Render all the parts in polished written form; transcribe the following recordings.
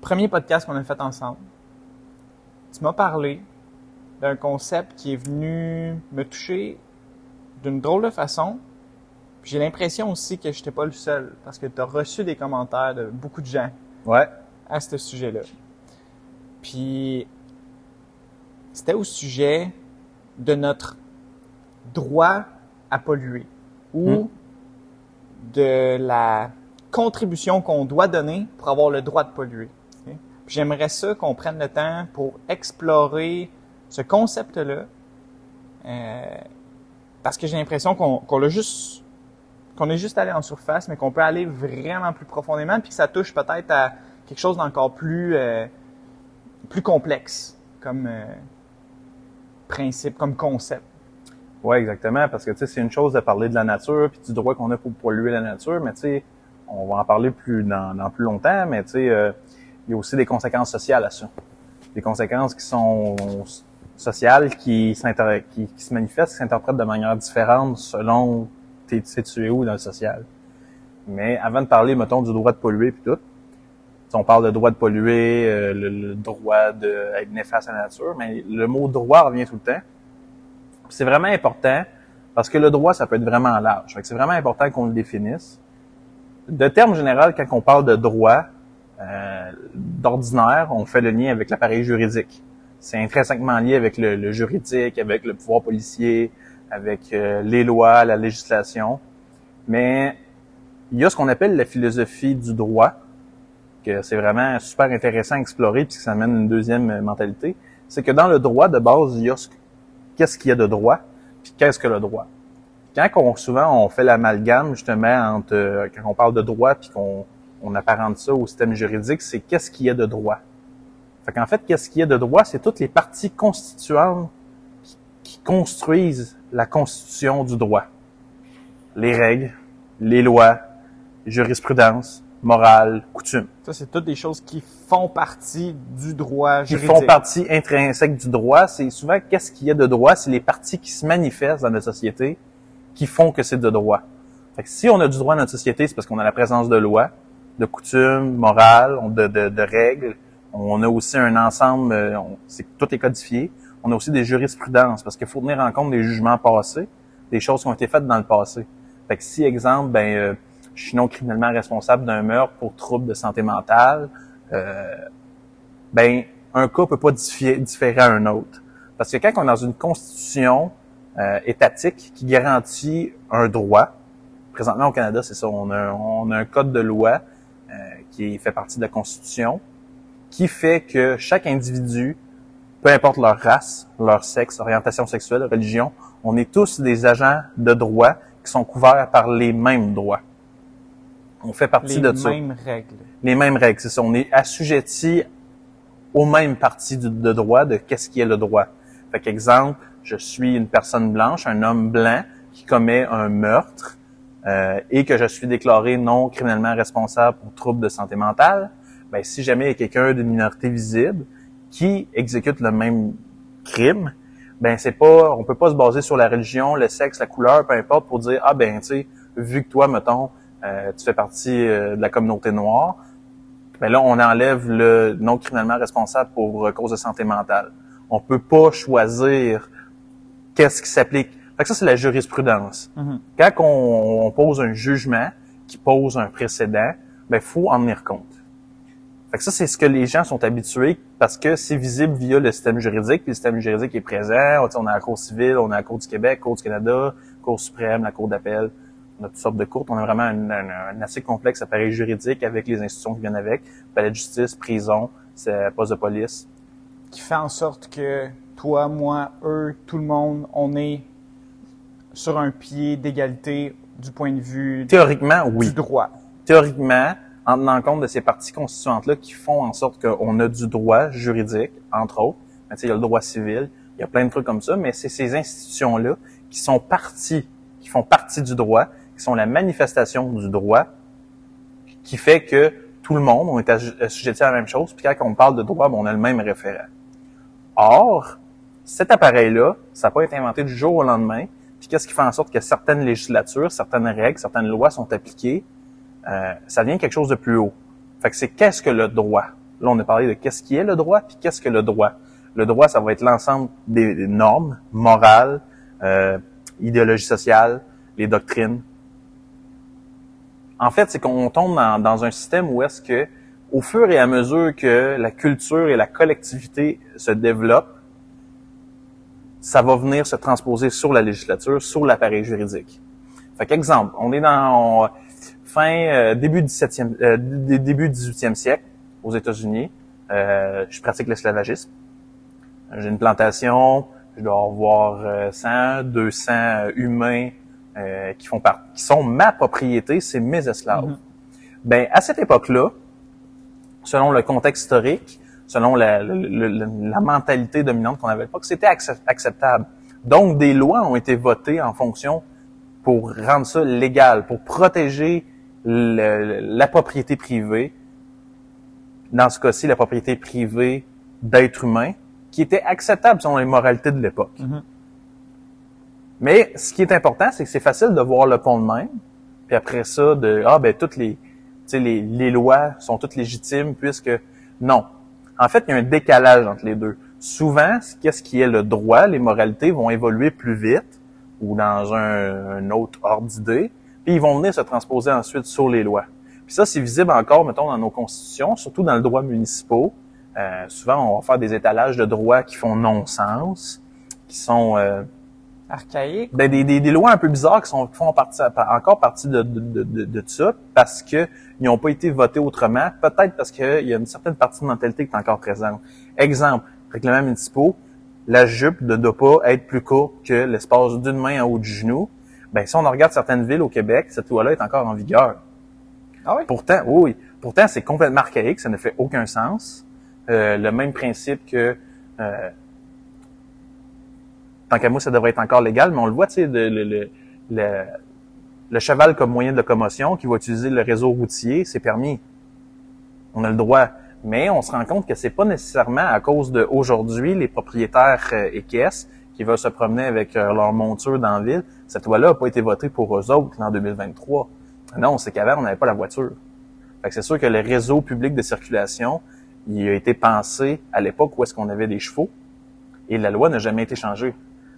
premier podcast qu'on a fait ensemble, tu m'as parlé d'un concept qui est venu me toucher d'une drôle de façon. Puis j'ai l'impression aussi que je n'étais pas le seul, parce que tu as reçu des commentaires de beaucoup de gens à ce sujet-là. Puis c'était au sujet de notre droit à polluer ou de la contribution qu'on doit donner pour avoir le droit de polluer. Okay? Puis j'aimerais ça qu'on prenne le temps pour explorer ce concept-là, parce que j'ai l'impression qu'on est juste allé en surface, mais qu'on peut aller vraiment plus profondément, puis que ça touche peut-être à quelque chose d'encore plus complexe comme principe, comme concept. Oui, exactement, parce que tu sais, c'est une chose de parler de la nature puis du droit qu'on a pour polluer la nature, mais tu sais, on va en parler dans plus longtemps, mais tu sais, il y a aussi des conséquences sociales à ça. Des conséquences qui sont sociales, qui se manifestent, qui s'interprètent de manière différente selon tu es où dans le social. Mais avant de parler, mettons, du droit de polluer puis tout, on parle de droit de polluer, le droit d'être néfaste à la nature, mais le mot droit revient tout le temps. C'est vraiment important parce que le droit, ça peut être vraiment large. Fait que c'est vraiment important qu'on le définisse. De terme général, quand on parle de droit, d'ordinaire, on fait le lien avec l'appareil juridique. C'est intrinsèquement lié avec le juridique, avec le pouvoir policier, avec les lois, la législation. Mais il y a ce qu'on appelle la philosophie du droit, que c'est vraiment super intéressant à explorer, puis que ça amène une deuxième mentalité. C'est que dans le droit, de base, il y a qu'est-ce qu'il y a de droit, puis qu'est-ce que le droit. Souvent on fait l'amalgame justement entre quand on parle de droit puis qu'on apparente ça au système juridique, c'est qu'est-ce qu'il y a de droit. Fait qu'en fait, qu'est-ce qu'il y a de droit, c'est toutes les parties constituantes qui construisent la constitution du droit. Les règles, les lois, jurisprudence, morale, coutume. Ça, c'est toutes des choses qui font partie du droit juridique. Qui font partie intrinsèque du droit. C'est souvent qu'est-ce qu'il y a de droit, c'est les parties qui se manifestent dans notre société qui font que c'est de droit. Fait que si on a du droit dans notre société, c'est parce qu'on a la présence de lois, de coutumes, morales, de règles. On a aussi un ensemble, tout est codifié. On a aussi des jurisprudences, parce qu'il faut tenir en compte des jugements passés, des choses qui ont été faites dans le passé. Fait que si, exemple, je suis non criminellement responsable d'un meurtre pour trouble de santé mentale, un cas peut pas différer à un autre. Parce que quand on est dans une constitution étatique qui garantit un droit, présentement au Canada, c'est ça, on a un code de loi qui fait partie de la Constitution, qui fait que chaque individu, peu importe leur race, leur sexe, orientation sexuelle, religion, on est tous des agents de droit qui sont couverts par les mêmes droits. On fait partie de ça. Les mêmes règles. Les mêmes règles, c'est ça. On est assujetti aux mêmes parties de droit de qu'est-ce qui est le droit. Fait qu'exemple, je suis une personne blanche, un homme blanc qui commet un meurtre et que je suis déclaré non criminellement responsable pour trouble de santé mentale. Ben si jamais il y a quelqu'un d'une minorité visible qui exécute le même crime, on peut pas se baser sur la religion, le sexe, la couleur, peu importe, pour dire tu sais, vu que toi, mettons, tu fais partie de la communauté noire, là, on enlève le non criminellement responsable pour cause de santé mentale. On peut pas choisir qu'est-ce qui s'applique. Fait que ça, c'est la jurisprudence. Mm-hmm. Quand on pose un jugement qui pose un précédent, faut en tenir compte. Fait que ça, c'est ce que les gens sont habitués parce que c'est visible via le système juridique, puis le système juridique est présent. On a la Cour civile, on a la Cour du Québec, Cour du Canada, Cour suprême, la Cour d'appel. On a toutes sortes de cours. On a vraiment un assez complexe appareil juridique avec les institutions qui viennent avec. Palais de justice, prison, poste de police. Qui fait en sorte que toi, moi, eux, tout le monde, on est sur un pied d'égalité du point de vue théoriquement, oui. Du droit. Théoriquement, en tenant compte de ces parties constituantes-là qui font en sorte qu'on a du droit juridique, entre autres. Mais tu sais, il y a le droit civil, il y a plein de trucs comme ça, mais c'est ces institutions-là qui font partie du droit, qui sont la manifestation du droit, qui fait que tout le monde, on est assujetti à la même chose, puis quand on parle de droit, on a le même référent. Or, cet appareil-là, ça n'a pas été inventé du jour au lendemain, puis qu'est-ce qui fait en sorte que certaines législatures, certaines règles, certaines lois sont appliquées, ça devient quelque chose de plus haut. Fait que c'est qu'est-ce que le droit? Là, on a parlé de qu'est-ce qui est le droit, puis qu'est-ce que le droit. Le droit, ça va être l'ensemble des normes morales, idéologie sociale, les doctrines. En fait, c'est qu'on tombe dans un système où est-ce que, au fur et à mesure que la culture et la collectivité se développent, ça va venir se transposer sur la législature, sur l'appareil juridique. Fait qu'exemple, on est dans début 18e siècle aux États-Unis. Je pratique l'esclavagisme. J'ai une plantation, je dois avoir 100, 200 humains qui sont ma propriété, c'est mes esclaves. Mm-hmm. Ben à cette époque-là, selon le contexte historique, selon la mentalité dominante qu'on avait à l'époque, c'était acceptable. Donc des lois ont été votées en fonction pour rendre ça légal, pour protéger la propriété privée, dans ce cas-ci la propriété privée d'êtres humains, qui était acceptable selon les moralités de l'époque. Mm-hmm. Mais ce qui est important, c'est que c'est facile de voir le pont de même, puis après ça, toutes les lois sont toutes légitimes, puisque non. En fait, il y a un décalage entre les deux. Souvent, qu'est-ce qui est le droit, les moralités vont évoluer plus vite, ou dans un autre ordre d'idées, puis ils vont venir se transposer ensuite sur les lois. Puis ça, c'est visible encore, mettons, dans nos constitutions, surtout dans le droit municipal. Souvent, on va faire des étalages de droits qui font non-sens, qui sont archaïques. Des lois un peu bizarres qui font encore partie de ça, parce que ils n'ont pas été votés autrement, peut-être parce qu'il y a une certaine partie de mentalité qui est encore présente. Exemple, règlements municipaux, la jupe ne doit pas être plus courte que l'espace d'une main en haut du genou. Ben, si on regarde certaines villes au Québec, cette loi-là est encore en vigueur. Ah oui? Pourtant, oui. Pourtant, c'est complètement archaïque, ça ne fait aucun sens. Le même principe que tant qu'à moi, ça devrait être encore légal, mais on le voit, tu sais, le cheval comme moyen de locomotion qui va utiliser le réseau routier, c'est permis. On a le droit. Mais on se rend compte que c'est pas nécessairement à cause de aujourd'hui les propriétaires équestres qui veulent se promener avec leur monture dans la ville. Cette loi-là n'a pas été votée pour eux autres en 2023. Non, c'est qu'avant, on n'avait pas la voiture. Fait que c'est sûr que le réseau public de circulation, il a été pensé à l'époque où est-ce qu'on avait des chevaux et la loi n'a jamais été changée.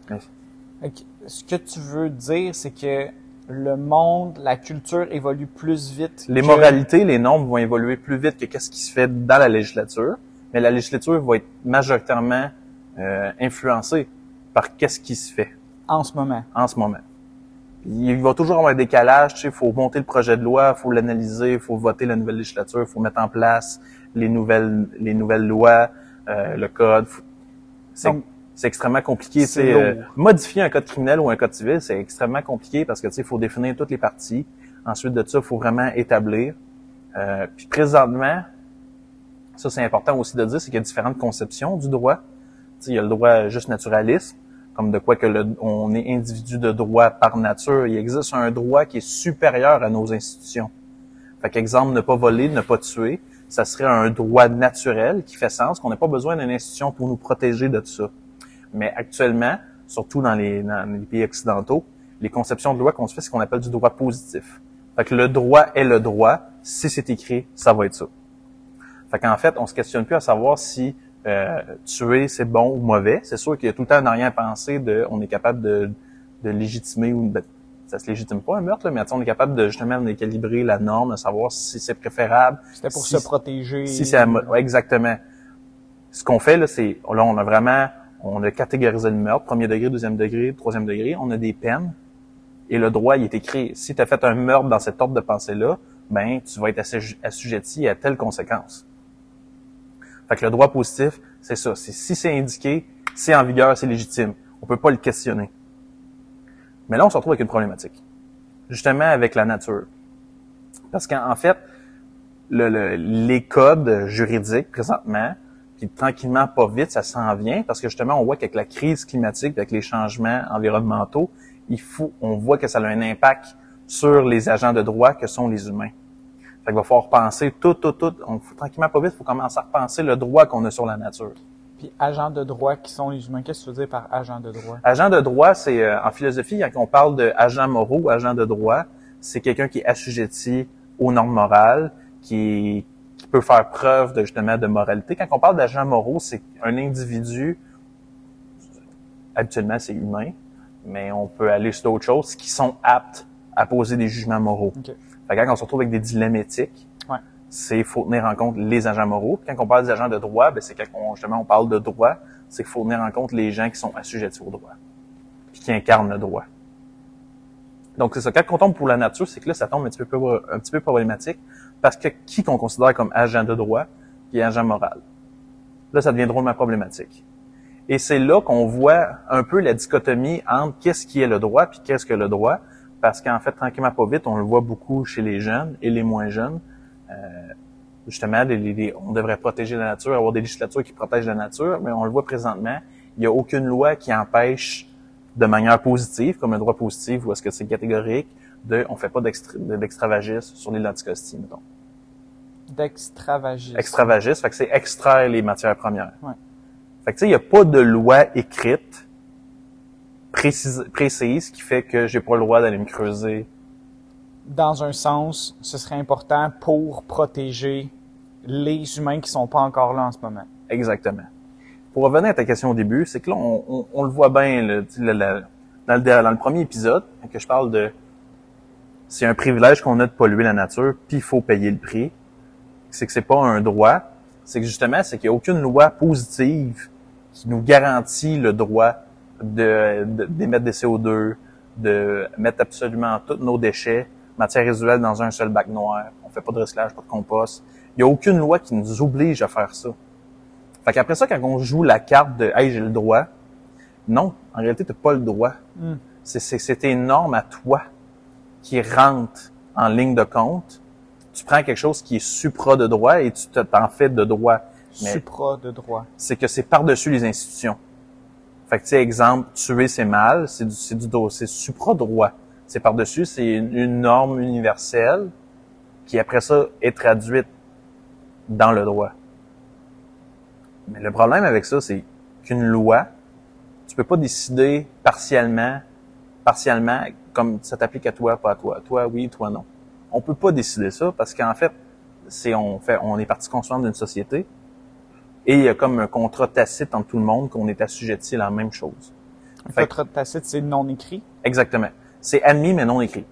Ce que tu veux dire, c'est que le monde, la culture évolue plus vite. Les moralités, les normes vont évoluer plus vite que qu'est-ce qui se fait dans la législature, mais la législature va être majoritairement influencée par qu'est-ce qui se fait. En ce moment. En ce moment. Il va toujours avoir un décalage, tu sais, faut monter le projet de loi, faut l'analyser, faut voter la nouvelle législature, faut mettre en place les nouvelles lois, le code. C'est extrêmement compliqué. Modifier un code criminel ou un code civil, c'est extrêmement compliqué parce que tu sais, il faut définir toutes les parties. Ensuite de ça, il faut vraiment établir. Puis présentement, ça c'est important aussi de dire, c'est qu'il y a différentes conceptions du droit. Tu sais, il y a le droit juste naturaliste, comme de quoi que on est individu de droit par nature. Il existe un droit qui est supérieur à nos institutions. Fait qu'exemple, ne pas voler, ne pas tuer, ça serait un droit naturel qui fait sens, qu'on n'a pas besoin d'une institution pour nous protéger de tout ça. Mais actuellement, surtout dans les pays occidentaux, les conceptions de loi qu'on se fait, c'est ce qu'on appelle du droit positif. Fait que le droit est le droit. Si c'est écrit, ça va être ça. Fait qu'en fait, on se questionne plus à savoir si tuer, c'est bon ou mauvais. C'est sûr qu'il y a tout le temps un arrière-pensée on est capable de légitimer ou ça se légitime pas un meurtre, là, mais on est capable de justement de calibrer la norme, de savoir si c'est préférable. C'était pour se protéger. Si c'est ouais, exactement. Ce qu'on fait, là, on a catégorisé le meurtre, premier degré, deuxième degré, troisième degré, on a des peines, et le droit, il est écrit. Si tu as fait un meurtre dans cet ordre de pensée-là, ben, tu vas être assujetti à telle conséquence. Fait que le droit positif, c'est ça. Si c'est indiqué, c'est en vigueur, c'est légitime. On peut pas le questionner. Mais là, on se retrouve avec une problématique. Justement, avec la nature. Parce qu'en fait, les codes juridiques, présentement, puis tranquillement, pas vite, ça s'en vient, parce que justement, on voit qu'avec la crise climatique, avec les changements environnementaux, on voit que ça a un impact sur les agents de droit que sont les humains. Fait qu'il va falloir penser tranquillement, pas vite, il faut commencer à repenser le droit qu'on a sur la nature. Puis agents de droit qui sont les humains, qu'est-ce que tu veux dire par agent de droit? Agent de droit, c'est en philosophie, quand on parle d'agents moraux ou agents de droit, c'est quelqu'un qui est assujetti aux normes morales, qui peut faire preuve de justement de moralité. Quand on parle d'agents moraux, c'est un individu, habituellement c'est humain, mais on peut aller sur d'autres choses qui sont aptes à poser des jugements moraux. Okay. Fait que quand on se retrouve avec des dilemmes éthiques, c'est faut tenir en compte les agents moraux. Quand on parle des agents de droit, ben c'est quand on parle de droit, c'est qu'il faut tenir en compte les gens qui sont assujettis au droit, puis qui incarnent le droit. Donc c'est ça. Quand on tombe pour la nature, c'est que là ça tombe un petit peu problématique, parce que qui qu'on considère comme agent de droit et agent moral, là ça devient drôlement problématique. Et c'est là qu'on voit un peu la dichotomie entre qu'est-ce qui est le droit puis qu'est-ce que le droit, parce qu'en fait tranquillement pas vite, on le voit beaucoup chez les jeunes et les moins jeunes. Justement, on devrait protéger la nature, avoir des législatures qui protègent la nature, mais on le voit présentement, il n'y a aucune loi qui empêche de manière positive, comme un droit positif, ou est-ce que c'est catégorique, on fait pas d'extravagisme sur l'île d'Anticosti, mettons. D'extravagisme. Extravagisme, fait que c'est extraire les matières premières. Ouais. Fait que tu sais, il n'y a pas de loi écrite précise qui fait que j'ai pas le droit d'aller me creuser. Dans un sens, ce serait important pour protéger les humains qui sont pas encore là en ce moment. Exactement. Pour revenir à ta question au début, c'est que là, on le voit bien dans le premier épisode, que je parle de c'est un privilège qu'on a de polluer la nature, puis il faut payer le prix. C'est que c'est pas un droit. C'est que justement, c'est qu'il n'y a aucune loi positive qui nous garantit le droit d'émettre des CO2, de mettre absolument tous nos déchets, matières résiduelles dans un seul bac noir. On fait pas de recyclage, pas de compost. Il n'y a aucune loi qui nous oblige à faire ça. Fait qu'après ça, quand on joue la carte de « Hey, j'ai le droit », non, en réalité, t'as pas le droit. C'est tes normes à toi qui rentrent en ligne de compte. Tu prends quelque chose qui est supra de droit et tu t'en fais de droit. Mais supra de droit. C'est que c'est par-dessus les institutions. Fait que, tu sais, exemple, tuer, c'est mal, c'est supra-droit. C'est par-dessus, c'est une norme universelle qui, après ça, est traduite dans le droit. Mais le problème avec ça, c'est qu'une loi, tu peux pas décider partiellement, comme ça t'applique à toi, pas à toi. Toi, oui, toi, non. On peut pas décider ça parce qu'en fait, on est partie constituante d'une société et il y a comme un contrat tacite entre tout le monde qu'on est assujetti à la même chose. Un contrat tacite, c'est non écrit? Exactement. C'est admis, mais non écrit.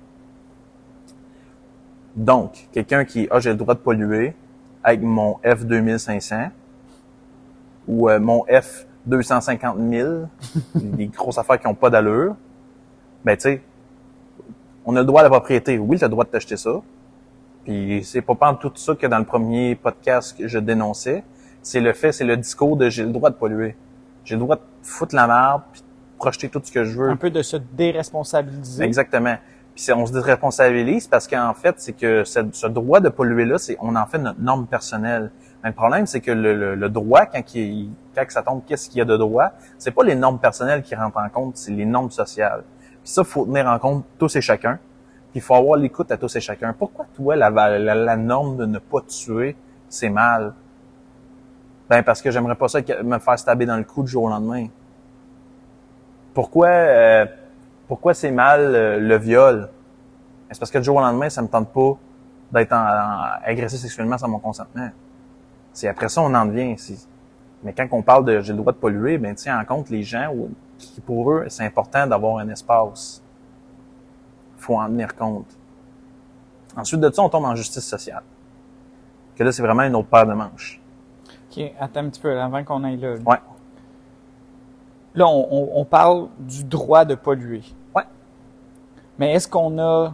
Donc, quelqu'un qui, j'ai le droit de polluer avec mon F2500 ou mon F250 000, des grosses affaires qui n'ont pas d'allure, ben, tu sais, on a le droit à la propriété. Oui, tu as le droit de t'acheter ça. Puis, c'est pas tout ça que dans le premier podcast que je dénonçais. C'est le discours de j'ai le droit de polluer. J'ai le droit de foutre la merde puis de projeter tout ce que je veux. Un peu de se déresponsabiliser. Exactement. Puis on se déresponsabilise parce qu'en fait, c'est que ce droit de polluer-là, on en fait notre norme personnelle. Mais le problème, c'est que le droit, quand ça tombe, qu'est-ce qu'il y a de droit, c'est pas les normes personnelles qui rentrent en compte, c'est les normes sociales. Puis ça, faut tenir en compte tous et chacun. Puis il faut avoir l'écoute à tous et chacun. Pourquoi toi, la norme de ne pas tuer, c'est mal? Ben parce que j'aimerais pas ça me faire stabber dans le cou du jour au lendemain. Pourquoi c'est mal le viol? C'est parce que du jour au lendemain, ça me tente pas d'être agressé sexuellement sans mon consentement. C'est après ça on en devient. Mais quand on parle de j'ai le droit de polluer, ben tiens en compte les gens qui pour eux c'est important d'avoir un espace. Faut en tenir compte. Ensuite de ça, on tombe en justice sociale. Que là c'est vraiment une autre paire de manches. OK, attends un petit peu, avant qu'on aille là. Ouais. Là, on parle du droit de polluer. Ouais. Mais est-ce qu'on a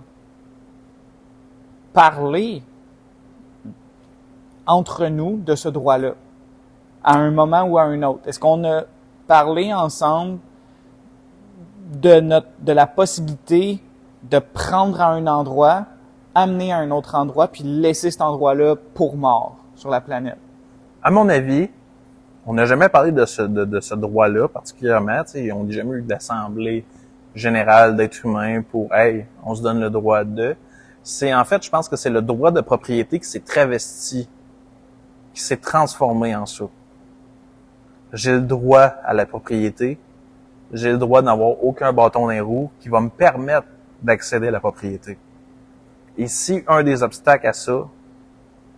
parlé entre nous de ce droit-là à un moment ou à un autre? Est-ce qu'on a parlé ensemble de la possibilité de prendre à un endroit, amener à un autre endroit, puis laisser cet endroit-là pour mort sur la planète? À mon avis, on n'a jamais parlé de ce droit-là particulièrement. On n'a jamais eu d'assemblée générale d'êtres humains pour « Hey, on se donne le droit de ». En fait, je pense que c'est le droit de propriété qui s'est travesti, qui s'est transformé en ça. J'ai le droit à la propriété. J'ai le droit d'avoir aucun bâton dans les roues qui va me permettre d'accéder à la propriété. Et si un des obstacles à ça,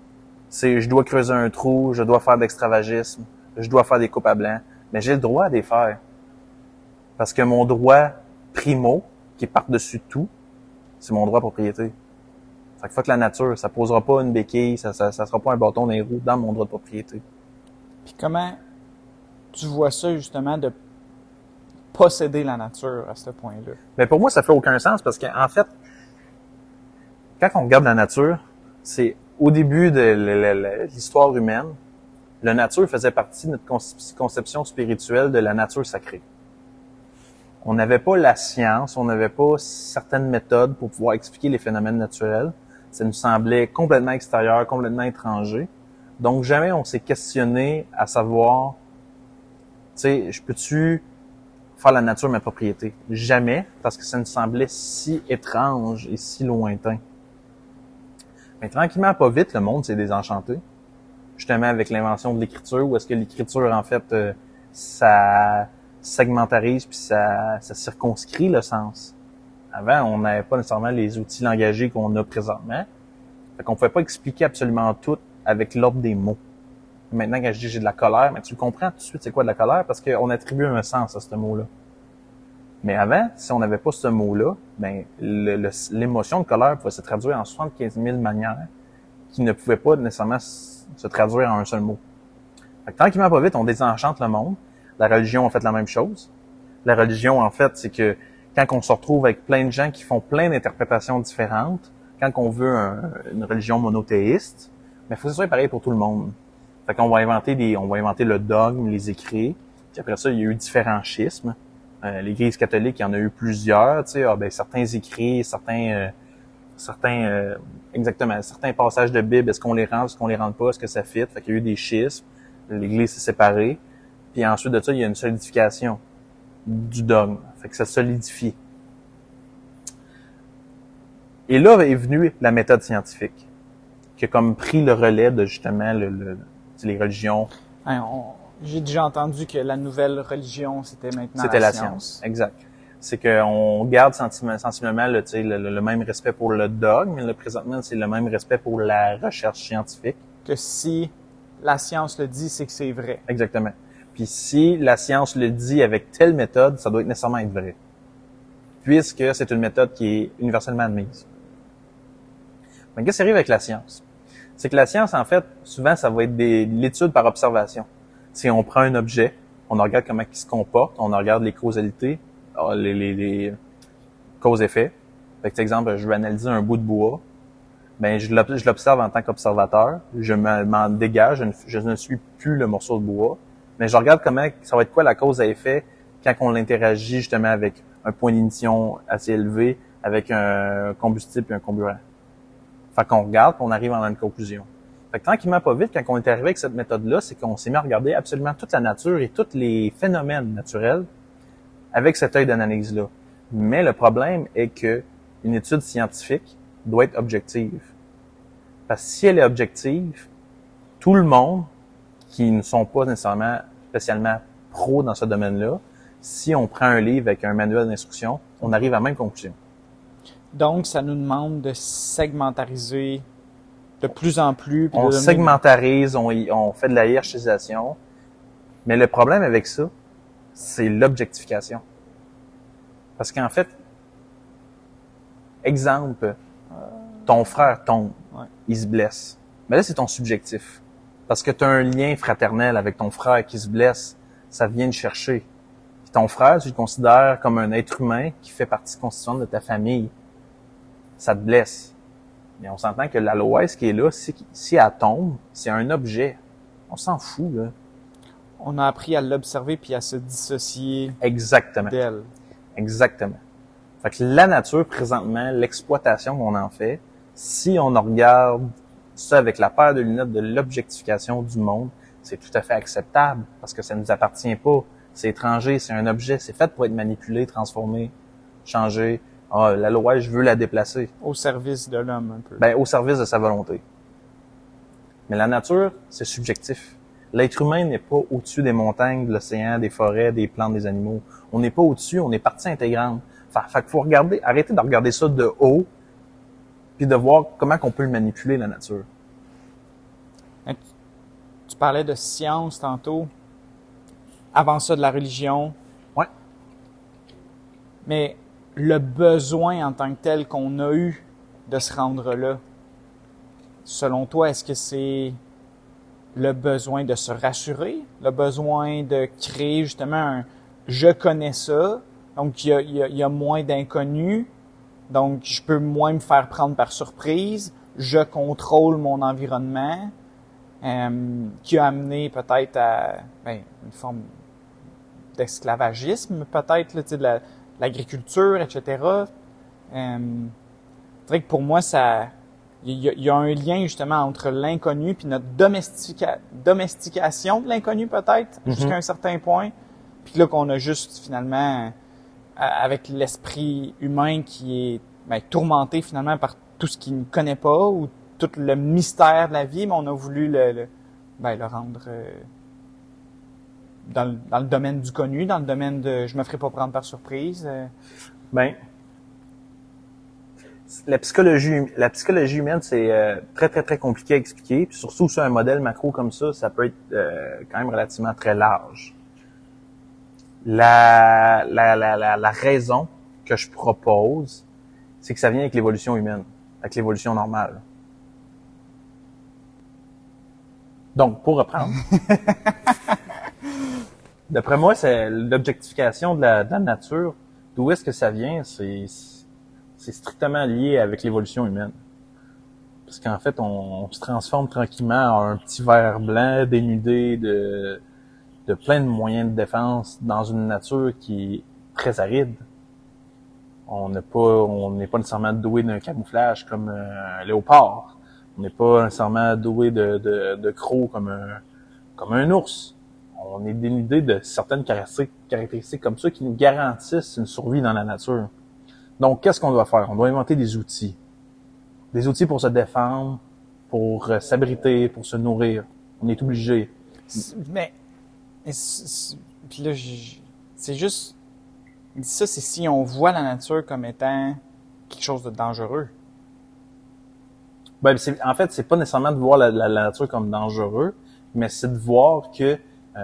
C'est je dois creuser un trou, je dois faire de l'extravagisme, je dois faire des coupes à blanc. Mais j'ai le droit de les faire. Parce que mon droit primo, qui est par-dessus tout, c'est mon droit de propriété. Fait que fuck la nature, ça posera pas une béquille, ça sera pas un bâton dans les roues dans mon droit de propriété. Puis comment tu vois ça, justement, de posséder la nature à ce point-là? Mais pour moi, ça fait aucun sens parce qu'en fait, quand on regarde la nature, c'est au début de l'histoire humaine, la nature faisait partie de notre conception spirituelle de la nature sacrée. On n'avait pas la science, on n'avait pas certaines méthodes pour pouvoir expliquer les phénomènes naturels. Ça nous semblait complètement extérieur, complètement étranger. Donc, jamais on s'est questionné à savoir, tu sais, peux-tu faire la nature ma propriété? Jamais, parce que ça nous semblait si étrange et si lointain. Mais tranquillement, pas vite, le monde s'est désenchanté. Justement, avec l'invention de l'écriture, où est-ce que l'écriture, en fait, ça segmentarise puis ça circonscrit le sens. Avant, on n'avait pas nécessairement les outils langagiers qu'on a présentement. Fait qu'on pouvait pas expliquer absolument tout avec l'ordre des mots. Maintenant, quand je dis j'ai de la colère, mais tu le comprends tout de suite c'est quoi de la colère parce qu'on attribue un sens à ce mot-là. Mais avant, si on n'avait pas ce mot-là, ben l'émotion de colère pouvait se traduire en 75 000 manières qui ne pouvaient pas nécessairement se traduire en un seul mot. Fait que tranquillement, pas vite, on désenchante le monde. La religion a fait la même chose. La religion, en fait, c'est que quand on se retrouve avec plein de gens qui font plein d'interprétations différentes, quand on veut une religion monothéiste, mais il faut que ce soit pareil pour tout le monde. Fait qu'on va inventer le dogme, les écrits. Puis après ça, il y a eu différents schismes. L'Église catholique, il y en a eu plusieurs. Tu sais, certains écrits, certains passages de Bible, est-ce qu'on les rend, est-ce qu'on les rend pas, est-ce que ça fit? Fait qu'il y a eu des schismes. L'Église s'est séparée. Puis ensuite de ça, il y a une solidification du dogme. Fait que ça solidifie. Et là est venue la méthode scientifique, qui a comme pris le relais de justement les religions. J'ai déjà entendu que la nouvelle religion, c'était maintenant la science. Exact. C'est qu'on garde sensiblement le même respect pour le dogme, mais là, présentement, c'est le même respect pour la recherche scientifique. Que si la science le dit, c'est que c'est vrai. Exactement. Puis si la science le dit avec telle méthode, ça doit nécessairement être vrai. Puisque c'est une méthode qui est universellement admise. Mais qu'est-ce qui arrive avec la science? C'est que la science, en fait, souvent, ça va être l'étude par observation. Si on prend un objet, on regarde comment il se comporte, on regarde les causalités, les causes-effets. Fait que, exemple, je vais analyser un bout de bois, ben je l'observe en tant qu'observateur, je m'en dégage, je ne suis plus le morceau de bois, mais je regarde comment ça va être quoi la cause à effet quand on l'interagit justement avec un point d'émission assez élevé, avec un combustible et un comburant. Fait qu'on regarde, puis on arrive à une conclusion. Fait que tranquillement, pas vite, quand on est arrivé avec cette méthode-là, c'est qu'on s'est mis à regarder absolument toute la nature et tous les phénomènes naturels avec cet œil d'analyse-là. Mais le problème est que une étude scientifique doit être objective. Parce que si elle est objective, tout le monde qui ne sont pas nécessairement spécialement pros dans ce domaine-là, si on prend un livre avec un manuel d'instruction, on arrive à la même conclusion. Donc, ça nous demande de segmentariser de plus en plus. On segmentarise, on fait de la hiérarchisation. Mais le problème avec ça, c'est l'objectification. Parce qu'en fait, exemple, ton frère tombe, il se blesse. Mais là, c'est ton subjectif. Parce que tu as un lien fraternel avec ton frère qui se blesse, ça vient te chercher. Puis ton frère, tu le considères comme un être humain qui fait partie constituante de ta famille. Ça te blesse. Mais on s'entend que la loi, ce qui est là, si elle tombe, c'est un objet. On s'en fout, là. On a appris à l'observer puis à se dissocier Exactement. d'elle. Exactement. Fait que la nature, présentement, l'exploitation qu'on en fait, si on regarde ça avec la paire de lunettes de l'objectification du monde, c'est tout à fait acceptable parce que ça ne nous appartient pas. C'est étranger, c'est un objet, c'est fait pour être manipulé, transformé, changé. Ah, la loi, je veux la déplacer. Au service de l'homme, un peu. Ben, au service de sa volonté. Mais la nature, c'est subjectif. L'être humain n'est pas au-dessus des montagnes, de l'océan, des forêts, des plantes, des animaux. On n'est pas au-dessus, on est partie intégrante. Fait qu'il faut arrêter de regarder ça de haut, puis de voir comment qu'on peut le manipuler, la nature. parlais de science tantôt. Avant ça, de la religion. Ouais. Mais le besoin en tant que tel qu'on a eu de se rendre là, selon toi, est-ce que c'est le besoin de se rassurer, le besoin de créer justement un « je connais ça », donc il y a moins d'inconnus, donc je peux moins me faire prendre par surprise, je contrôle mon environnement, qui a amené peut-être à une forme d'esclavagisme, peut-être, là, tu sais, de l'agriculture, etc. C'est vrai que pour moi, il y a un lien justement entre l'inconnu puis notre domestication de l'inconnu peut-être, jusqu'à un certain point. Puis là qu'on a juste finalement, avec l'esprit humain qui est tourmenté finalement par tout ce qu'il ne connaît pas ou tout le mystère de la vie, mais on a voulu le rendre dans le domaine du connu, dans le domaine de je me ferai pas prendre par surprise. La psychologie humaine, c'est très, très, très compliqué à expliquer. Puis surtout sur un modèle macro comme ça peut être quand même relativement très large. La raison que je propose, c'est que ça vient avec l'évolution humaine, avec l'évolution normale. Donc, pour reprendre, d'après moi, c'est l'objectification de la nature. D'où est-ce que ça vient? C'est strictement lié avec l'évolution humaine. Parce qu'en fait, on se transforme tranquillement en un petit ver blanc dénudé de plein de moyens de défense dans une nature qui est très aride. On n'est pas nécessairement doué d'un camouflage comme un léopard. On n'est pas nécessairement doué de crocs comme un ours. On est dénudé de certaines caractéristiques comme ça qui nous garantissent une survie dans la nature. Donc, qu'est-ce qu'on doit faire? On doit inventer des outils. Des outils pour se défendre, pour s'abriter, pour se nourrir. On est obligé. Mais puis là, c'est juste... Ça, c'est si on voit la nature comme étant quelque chose de dangereux. En fait, c'est pas nécessairement de voir la nature comme dangereux, mais c'est de voir que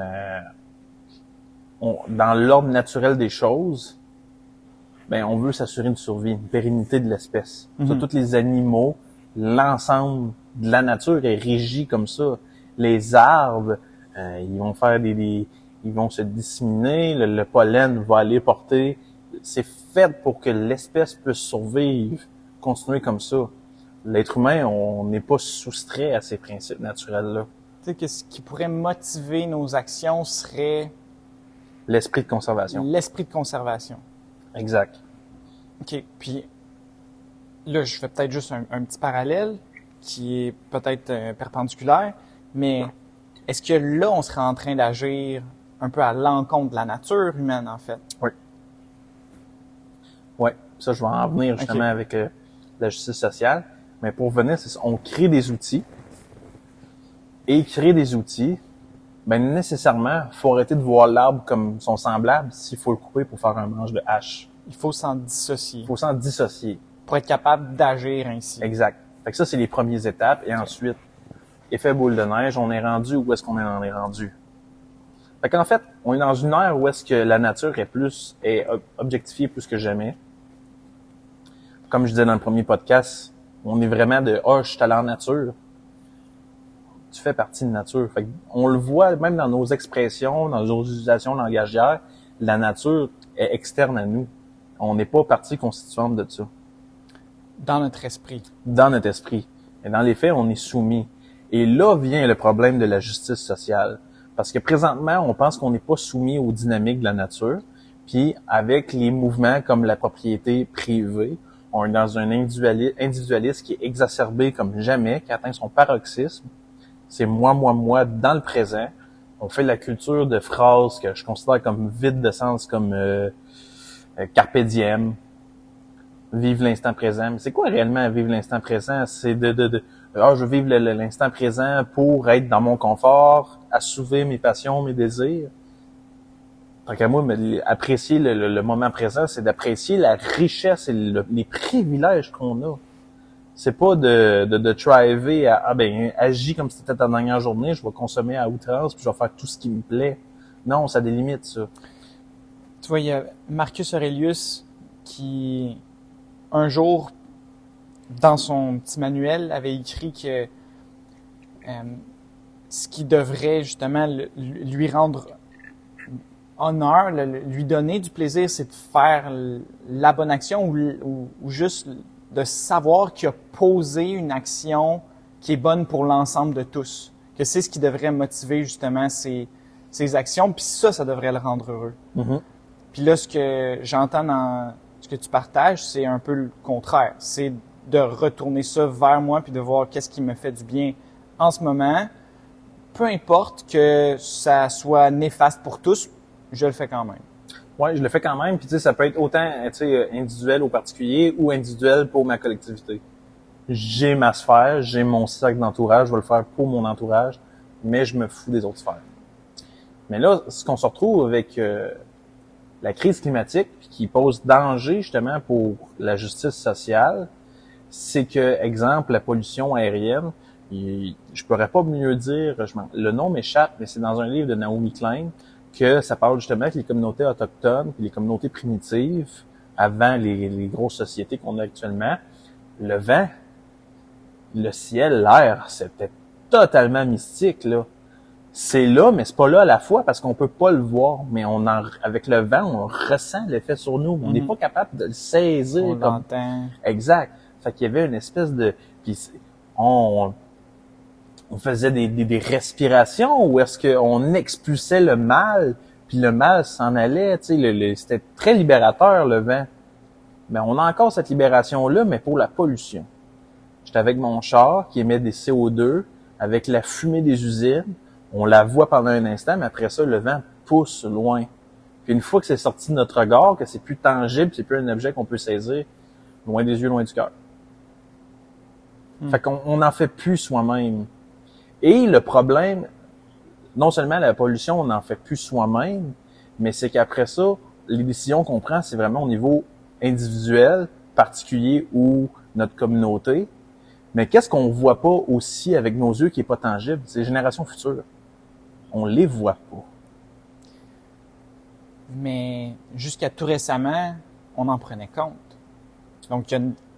dans l'ordre naturel des choses, on veut s'assurer une survie, une pérennité de l'espèce. Mm-hmm. Tous les animaux, l'ensemble de la nature est régi comme ça. Les arbres, ils vont faire ils vont se disséminer, le pollen va aller porter. C'est fait pour que l'espèce puisse survivre, continuer comme ça. L'être humain, on n'est pas soustrait à ces principes naturels-là. Tu sais que ce qui pourrait motiver nos actions serait... L'esprit de conservation. L'esprit de conservation. Exact. OK. Puis là, je fais peut-être juste un petit parallèle qui est peut-être perpendiculaire, mais est-ce que là, on serait en train d'agir un peu à l'encontre de la nature humaine, en fait? Oui. Oui. Ça, je vais en venir justement avec la justice sociale. Mais pour venir, c'est ça. On crée des outils. Et créer des outils, nécessairement, il faut arrêter de voir l'arbre comme son semblable s'il faut le couper pour faire un manche de hache. Il faut s'en dissocier. Il faut s'en dissocier. Pour être capable d'agir ainsi. Exact. Fait que ça, c'est les premières étapes. Et ensuite, effet boule de neige, on est rendu où est-ce qu'on en est rendu? Fait qu'en fait, on est dans une ère où est-ce que la nature est objectifiée plus que jamais. Comme je disais dans le premier podcast, on est vraiment de « je suis allé en nature ». Tu fais partie de nature. Fait on le voit même dans nos expressions, dans nos utilisations langagières, la nature est externe à nous. On n'est pas partie constituante de ça. Dans notre esprit. Dans notre esprit. Et dans les faits, on est soumis. Et là vient le problème de la justice sociale. Parce que présentement, on pense qu'on n'est pas soumis aux dynamiques de la nature. Puis avec les mouvements comme la propriété privée, on est dans un individualisme qui est exacerbé comme jamais, qui atteint son paroxysme. C'est moi, dans le présent. On fait la culture de phrases que je considère comme vides de sens, comme carpe diem, vivre l'instant présent. Mais c'est quoi réellement vivre l'instant présent? C'est je veux vivre l'instant présent pour être dans mon confort, assouvir mes passions, mes désirs. Tant qu'à moi, apprécier le moment présent, c'est d'apprécier la richesse et les privilèges qu'on a. C'est pas de driver à agis comme si c'était ta dernière journée, je vais consommer à outrance, puis je vais faire tout ce qui me plaît. Non, ça a des limites, ça. Tu vois, il y a Marcus Aurelius qui, un jour, dans son petit manuel, avait écrit que ce qui devrait justement lui rendre honneur, lui donner du plaisir, c'est de faire la bonne action ou juste de savoir qu'il a posé une action qui est bonne pour l'ensemble de tous. Que c'est ce qui devrait motiver justement ses actions, puis ça devrait le rendre heureux. Mm-hmm. Puis là, ce que j'entends dans ce que tu partages, c'est un peu le contraire. C'est de retourner ça vers moi puis de voir qu'est-ce qui me fait du bien en ce moment. Peu importe que ça soit néfaste pour tous, je le fais quand même. Ouais, je le fais quand même. Puis tu sais, ça peut être autant individuel au particulier ou individuel pour ma collectivité. J'ai ma sphère, j'ai mon cercle d'entourage, je vais le faire pour mon entourage, mais je me fous des autres sphères. Mais là, ce qu'on se retrouve avec la crise climatique, puis qui pose danger justement pour la justice sociale, c'est que, exemple, la pollution aérienne, je pourrais pas mieux dire, le nom m'échappe, mais c'est dans un livre de Naomi Klein que ça parle justement que les communautés autochtones puis les communautés primitives, avant les grosses sociétés qu'on a actuellement, le vent, le ciel, l'air, c'était totalement mystique, là. C'est là, mais c'est pas là à la fois parce qu'on peut pas le voir, mais avec le vent, on ressent l'effet sur nous. On n'est pas capable de le saisir. On l'entend. Exact. Fait qu'il y avait une espèce de, puis on faisait des respirations où est-ce qu'on expulsait le mal, puis le mal s'en allait, tu sais, c'était très libérateur, le vent. Mais on a encore cette libération-là, mais pour la pollution. J'étais avec mon char qui émet des CO2, avec la fumée des usines. On la voit pendant un instant, mais après ça, le vent pousse loin. Puis une fois que c'est sorti de notre regard, que c'est plus tangible, c'est plus un objet qu'on peut saisir, loin des yeux, loin du cœur. Fait qu'on n'en fait plus soi-même. Et le problème, non seulement la pollution, on n'en fait plus soi-même, mais c'est qu'après ça, les décisions qu'on prend, c'est vraiment au niveau individuel, particulier ou notre communauté. Mais qu'est-ce qu'on voit pas aussi avec nos yeux qui est pas tangible? C'est les générations futures. On les voit pas. Mais jusqu'à tout récemment, on en prenait compte. Donc,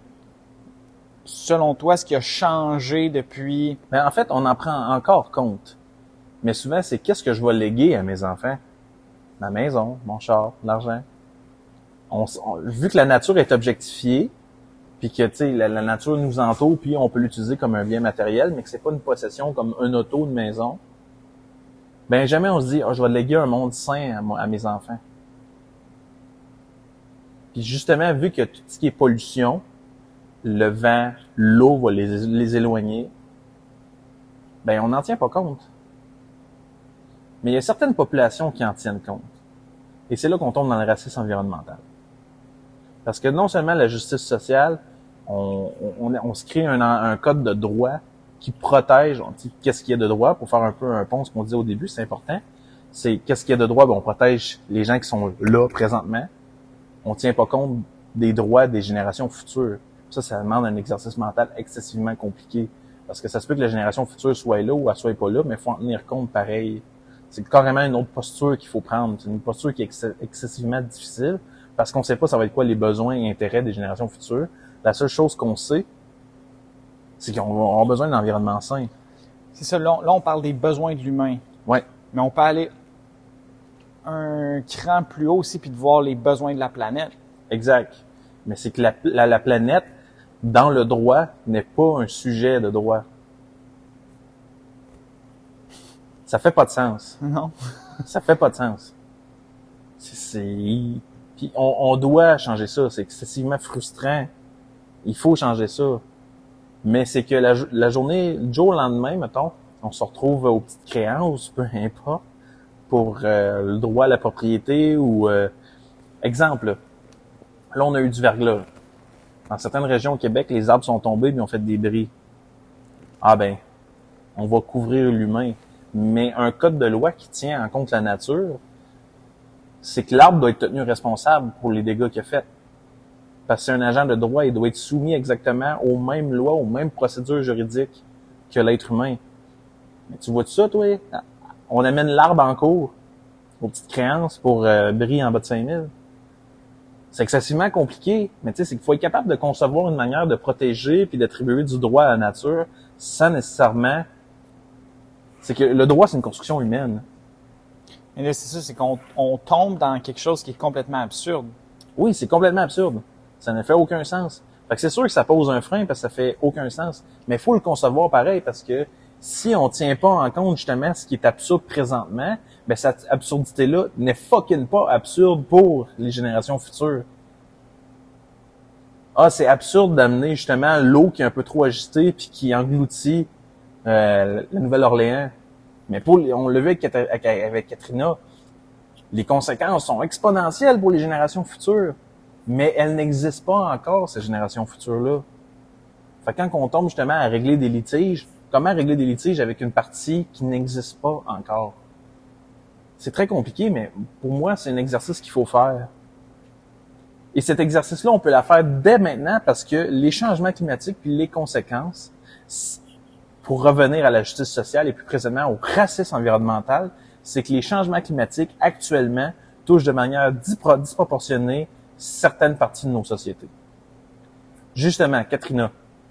selon toi, ce qui a changé depuis... Mais en fait, on en prend encore compte. Mais souvent, c'est qu'est-ce que je vais léguer à mes enfants? Ma maison, mon char, l'argent. Vu que la nature est objectifiée, puis que tu sais la nature nous entoure, puis on peut l'utiliser comme un bien matériel, mais que c'est pas une possession comme un auto, une maison, ben jamais on se dit je vais léguer un monde sain à mes enfants. Puis justement, vu que tout ce qui est pollution, le vent, l'eau va les éloigner, ben on n'en tient pas compte. Mais il y a certaines populations qui en tiennent compte. Et c'est là qu'on tombe dans le racisme environnemental. Parce que non seulement la justice sociale, on se crée un code de droit qui protège, on dit qu'est-ce qu'il y a de droit, pour faire un peu un pont, ce qu'on disait au début, c'est important. C'est qu'est-ce qu'il y a de droit, ben on protège les gens qui sont là présentement. On tient pas compte des droits des générations futures. Ça demande un exercice mental excessivement compliqué. Parce que ça se peut que la génération future soit là ou elle soit pas là, mais il faut en tenir compte pareil. C'est carrément une autre posture qu'il faut prendre. C'est une posture qui est excessivement difficile parce qu'on sait pas ça va être quoi les besoins et intérêts des générations futures. La seule chose qu'on sait, c'est qu'on a besoin d'un environnement sain. C'est ça, là, on parle des besoins de l'humain. Ouais. Mais on peut aller un cran plus haut aussi puis de voir les besoins de la planète. Exact. Mais c'est que la planète, dans le droit, n'est pas un sujet de droit. Ça fait pas de sens. Non. Ça fait pas de sens. Puis on doit changer ça. C'est excessivement frustrant. Il faut changer ça. Mais c'est que la journée, du jour au lendemain, mettons, on se retrouve aux petites créances, peu importe, pour le droit à la propriété ou... exemple, là, on a eu du verglas. Dans certaines régions au Québec, les arbres sont tombés et ont fait des bris. Ah ben, on va couvrir l'humain. Mais un code de loi qui tient en compte la nature, c'est que l'arbre doit être tenu responsable pour les dégâts qu'il a fait. Parce que c'est un agent de droit, il doit être soumis exactement aux mêmes lois, aux mêmes procédures juridiques que l'être humain. Mais tu vois tout ça, toi? On amène l'arbre en cours aux petites créances pour bris en bas de 5000. C'est excessivement compliqué, mais tu sais, c'est qu'il faut être capable de concevoir une manière de protéger puis d'attribuer du droit à la nature sans nécessairement... C'est que le droit, c'est une construction humaine. Mais là, c'est ça, c'est qu'on tombe dans quelque chose qui est complètement absurde. Oui, c'est complètement absurde. Ça ne fait aucun sens. Fait que c'est sûr que ça pose un frein parce que ça fait aucun sens. Mais il faut le concevoir pareil parce que si on tient pas en compte justement ce qui est absurde présentement, ben cette absurdité-là n'est fucking pas absurde pour les générations futures. Ah, c'est absurde d'amener justement l'eau qui est un peu trop agitée puis qui engloutit la Nouvelle-Orléans. Mais on l'a vu avec Katrina, les conséquences sont exponentielles pour les générations futures. Mais elles n'existent pas encore, ces générations futures-là. Fait que quand on tombe justement à régler des litiges, comment régler des litiges avec une partie qui n'existe pas encore? C'est très compliqué, mais pour moi, c'est un exercice qu'il faut faire. Et cet exercice-là, on peut la faire dès maintenant parce que les changements climatiques puis les conséquences, pour revenir à la justice sociale et plus précisément au racisme environnemental, c'est que les changements climatiques actuellement touchent de manière disproportionnée certaines parties de nos sociétés. Justement, Katrina,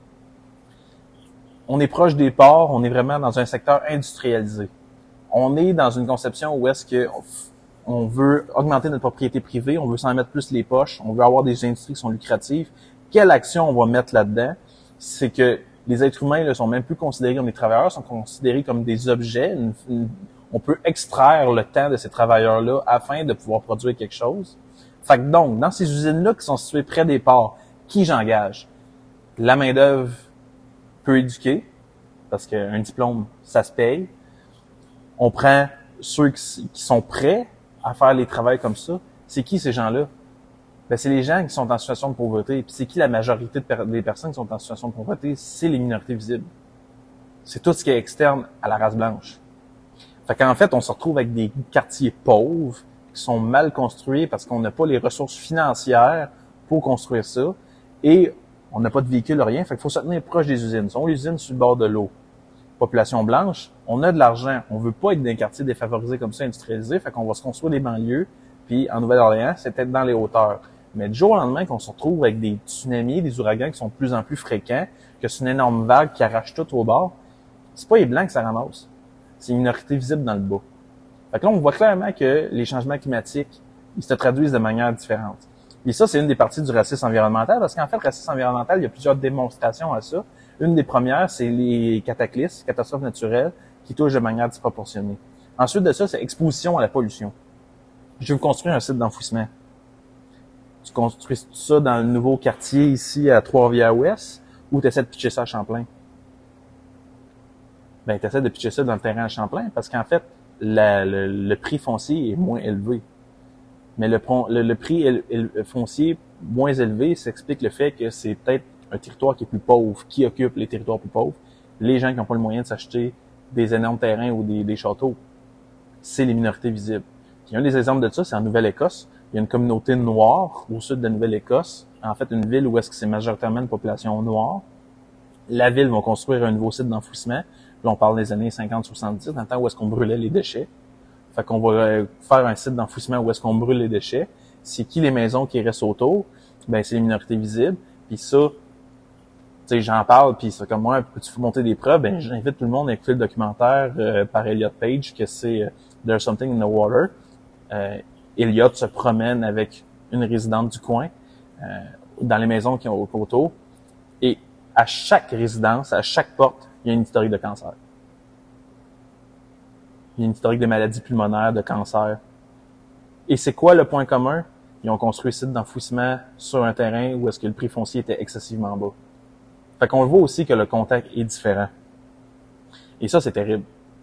on est proche des ports, on est vraiment dans un secteur industrialisé. On est dans une conception où est-ce que on veut augmenter notre propriété privée, on veut s'en mettre plus les poches, on veut avoir des industries qui sont lucratives. Quelle action on va mettre là-dedans? C'est que les êtres humains ne sont même plus considérés comme des travailleurs, sont considérés comme des objets. On peut extraire le temps de ces travailleurs-là afin de pouvoir produire quelque chose. Fait que donc, dans ces usines-là qui sont situées près des ports, qui j'engage? La main-d'œuvre peu éduquée, parce qu'un diplôme, ça se paye. On prend ceux qui sont prêts à faire les travails comme ça. C'est qui ces gens-là? Ben, c'est les gens qui sont en situation de pauvreté. Puis c'est qui la majorité des personnes qui sont en situation de pauvreté? C'est les minorités visibles. C'est tout ce qui est externe à la race blanche. Fait qu'en fait, on se retrouve avec des quartiers pauvres qui sont mal construits parce qu'on n'a pas les ressources financières pour construire ça. Et on n'a pas de véhicule, rien. Fait qu'il faut se tenir proche des usines. Ce sont les usines sur le bord de l'eau. Population blanche, on a de l'argent. On veut pas être dans des quartiers défavorisés comme ça, industrialisés. Fait qu'on va se construire des banlieues. Puis en Nouvelle-Orléans, c'est peut-être dans les hauteurs. Mais du jour au lendemain, qu'on se retrouve avec des tsunamis, des ouragans qui sont de plus en plus fréquents, que c'est une énorme vague qui arrache tout au bord, c'est pas les Blancs que ça ramasse. C'est une minorité visible dans le bas. Fait que là, on voit clairement que les changements climatiques, ils se traduisent de manière différente. Et ça, c'est une des parties du racisme environnemental, parce qu'en fait, le racisme environnemental, il y a plusieurs démonstrations à ça. Une des premières, c'est les cataclysmes, catastrophes naturelles, qui touchent de manière disproportionnée. Ensuite de ça, c'est exposition à la pollution. Je veux construire un site d'enfouissement. Tu construis ça dans le nouveau quartier ici à Trois-Rivières-Ouest, ou tu essaies de pitcher ça à Champlain? Ben, tu essaies de pitcher ça dans le terrain à Champlain, parce qu'en fait, le prix foncier est moins élevé. Mais le prix foncier moins élevé s'explique le fait que c'est peut-être un territoire qui est plus pauvre. Qui occupe les territoires plus pauvres? Les gens qui n'ont pas le moyen de s'acheter des énormes terrains ou des châteaux. C'est les minorités visibles. Puis un des exemples de ça, c'est en Nouvelle-Écosse. Il y a une communauté noire au sud de la Nouvelle-Écosse. En fait, une ville où est-ce que c'est majoritairement une population noire. La ville va construire un nouveau site d'enfouissement. Là, on parle des années 50-70, dans le temps où est-ce qu'on brûlait les déchets. Fait qu'on va faire un site d'enfouissement où est-ce qu'on brûle les déchets. C'est qui les maisons qui restent autour? Ben, c'est les minorités visibles. Puis ça, tu sais, j'en parle, puis c'est comme moi, peux-tu monter des preuves? Ben, j'invite tout le monde à écouter le documentaire par Elliot Page, que c'est There's Something in the Water. Elliot se promène avec une résidente du coin dans les maisons qui ont autour. Et à chaque résidence, à chaque porte, il y a une historique de cancer. Il y a une historique de maladies pulmonaires, de cancer. Et c'est quoi le point commun? Ils ont construit un site d'enfouissement sur un terrain où est-ce que le prix foncier était excessivement bas. Fait qu'on le voit aussi que le contact est différent. Et ça, c'est terrible.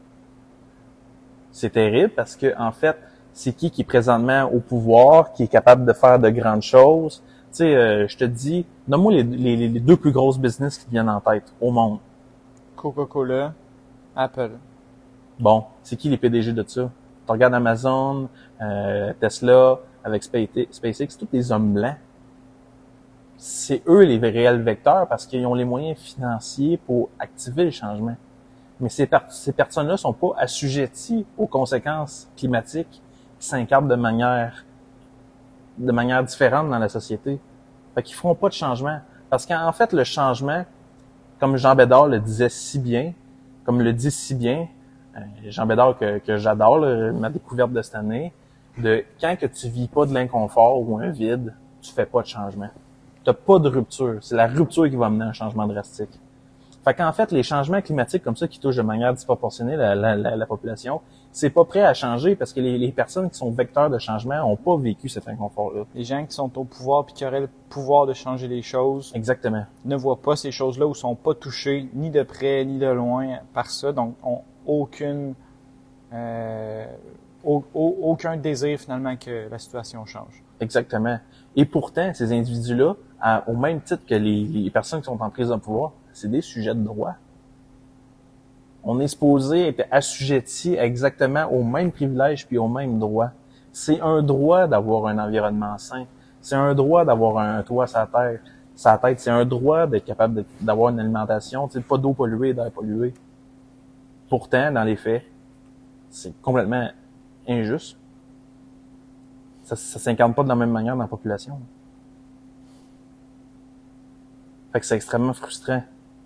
C'est terrible parce que, en fait, c'est qui est présentement au pouvoir, qui est capable de faire de grandes choses. Tu sais, je te dis, donne-moi les deux plus grosses business qui te viennent en tête au monde. Coca-Cola, Apple. Bon, c'est qui les PDG de ça? Tu regardes Amazon, Tesla, avec SpaceX, tous des hommes blancs. c'est eux les réels vecteurs parce qu'ils ont les moyens financiers pour activer le changement. Mais ces personnes-là sont pas assujetties aux conséquences climatiques qui s'incarnent de manière différente dans la société. Fait qu'ils feront pas de changement. Parce qu'en fait, le changement, comme Jean Bédard le disait si bien, comme le dit si bien, Jean Bédard que j'adore, là, ma découverte de cette année, de quand que tu vis pas de l'inconfort ou un vide, tu fais pas de changement. T'as pas de rupture. C'est la rupture qui va amener un changement drastique. Fait qu'en fait, les changements climatiques comme ça qui touchent de manière disproportionnée la population, c'est pas prêt à changer parce que les personnes qui sont vecteurs de changement ont pas vécu cet inconfort-là. Les gens qui sont au pouvoir puis qui auraient le pouvoir de changer les choses Exactement. ne voient pas ces choses-là ou sont pas touchés ni de près ni de loin par ça, donc ont aucun désir finalement que la situation change. Exactement. Et pourtant, ces individus-là, au même titre que les personnes qui sont en prise de pouvoir, c'est des sujets de droit. On est supposé être assujettis exactement aux mêmes privilèges puis aux mêmes droits. C'est un droit d'avoir un environnement sain. C'est un droit d'avoir un toit sur la tête. C'est un droit d'être capable d'avoir une alimentation, tu sais, pas d'eau polluée, d'air pollué. Pourtant, dans les faits, c'est complètement injuste. Ça s'incarne pas de la même manière dans la population. Fait que c'est extrêmement frustrant.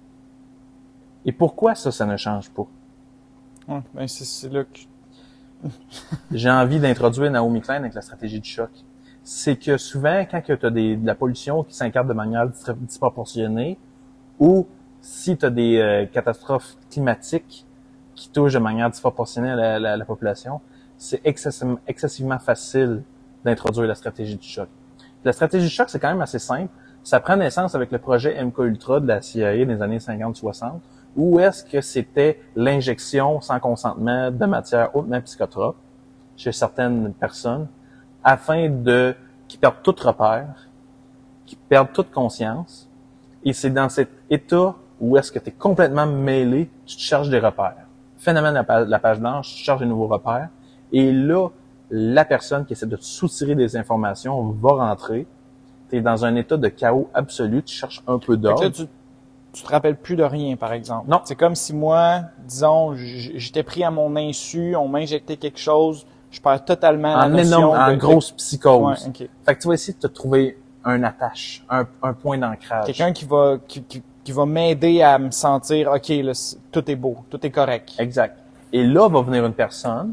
Et pourquoi ça ne change pas? Ouais, ben c'est là que... J'ai envie d'introduire Naomi Klein avec la stratégie du choc. C'est que souvent, quand tu as de la pollution qui s'incarne de manière disproportionnée, ou si tu as des catastrophes climatiques qui touchent de manière disproportionnée à la population, c'est excessivement facile d'introduire la stratégie du choc. La stratégie du choc, c'est quand même assez simple. Ça prend naissance avec le projet MK-Ultra de la CIA des années 50-60, où est-ce que c'était l'injection sans consentement de matières hautement psychotropes chez certaines personnes, afin qu'ils perdent tout repère, qu'ils perdent toute conscience. Et c'est dans cet état où est-ce que tu es complètement mêlé, tu te cherches des repères. Phénomène de la page blanche, tu cherches des nouveaux repères. Et là, la personne qui essaie de te soutirer des informations va rentrer. Tu es dans un état de chaos absolu, tu cherches un peu d'ordre. Là, tu te rappelles plus de rien, par exemple. Non. C'est comme si moi, disons, j'étais pris à mon insu, on m'injectait quelque chose, je perds totalement la notion en grosse psychose. Ouais, okay. Fait que tu vas essayer de te trouver un attache, un point d'ancrage. Quelqu'un qui va m'aider à me sentir, OK, là, tout est beau, tout est correct. Exact. Et là, va venir une personne,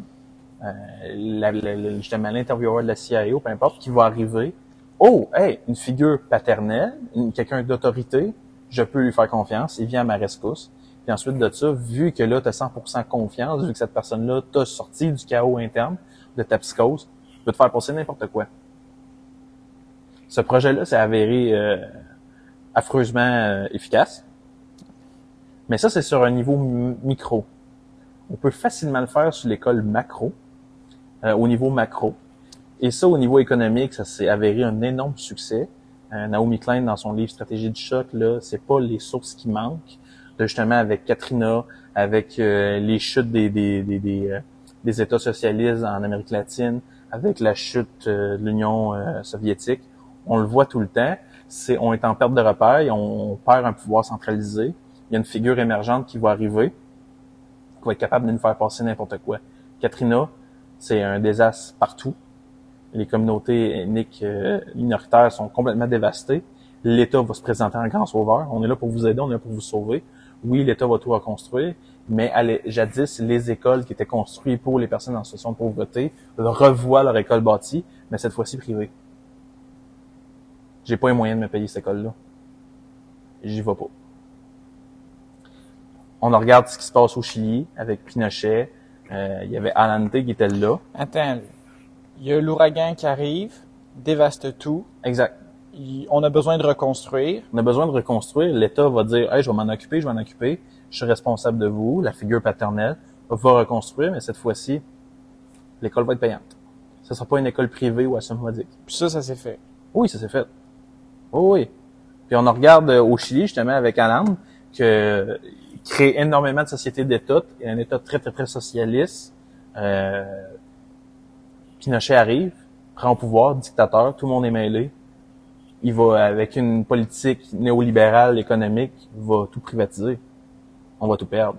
justement l'intervieweur de la CIA ou peu importe, qui va arriver. Oh, hey, une figure paternelle, quelqu'un d'autorité, je peux lui faire confiance, il vient à ma rescousse. Puis ensuite de ça, vu que là, tu as 100% confiance, vu que cette personne-là t'a sorti du chaos interne, de ta psychose, peut te faire passer n'importe quoi. Ce projet-là s'est avéré affreusement efficace. Mais ça, c'est sur un niveau micro. On peut facilement le faire sur l'école macro, au niveau macro. Et ça, au niveau économique, ça s'est avéré un énorme succès. Naomi Klein, dans son livre Stratégie du choc, là, c'est pas les sources qui manquent. Justement, avec Katrina, avec les chutes des États socialistes en Amérique latine, avec la chute de l'Union soviétique, on le voit tout le temps. On est en perte de repère, et on perd un pouvoir centralisé. Il y a une figure émergente qui va arriver, qui va être capable de nous faire passer n'importe quoi. Katrina, c'est un désastre partout. Les communautés ethniques minoritaires sont complètement dévastées. L'État va se présenter en grand sauveur. On est là pour vous aider, on est là pour vous sauver. Oui, l'État va tout reconstruire, mais jadis, les écoles qui étaient construites pour les personnes en situation de pauvreté revoient leur école bâtie, mais cette fois-ci privée. J'ai pas les moyens de me payer cette école-là. J'y vais pas. On regarde ce qui se passe au Chili avec Pinochet. Il y avait Allende qui était là. Attends, il y a l'ouragan qui arrive, dévaste tout. Exact. On a besoin de reconstruire. On a besoin de reconstruire. L'État va dire, hey, je vais m'en occuper, je suis responsable de vous. La figure paternelle va reconstruire, mais cette fois-ci, l'école va être payante. Ce sera pas une école privée ou à somme modique. Puis ça s'est fait. Oui, ça s'est fait. Oui. Puis on regarde au Chili, justement, avec Allende, que crée énormément de sociétés d'État, un État très, très, très socialiste. Pinochet arrive, prend au pouvoir, dictateur, tout le monde est mêlé. il va, avec une politique néolibérale économique, va tout privatiser. On va tout perdre.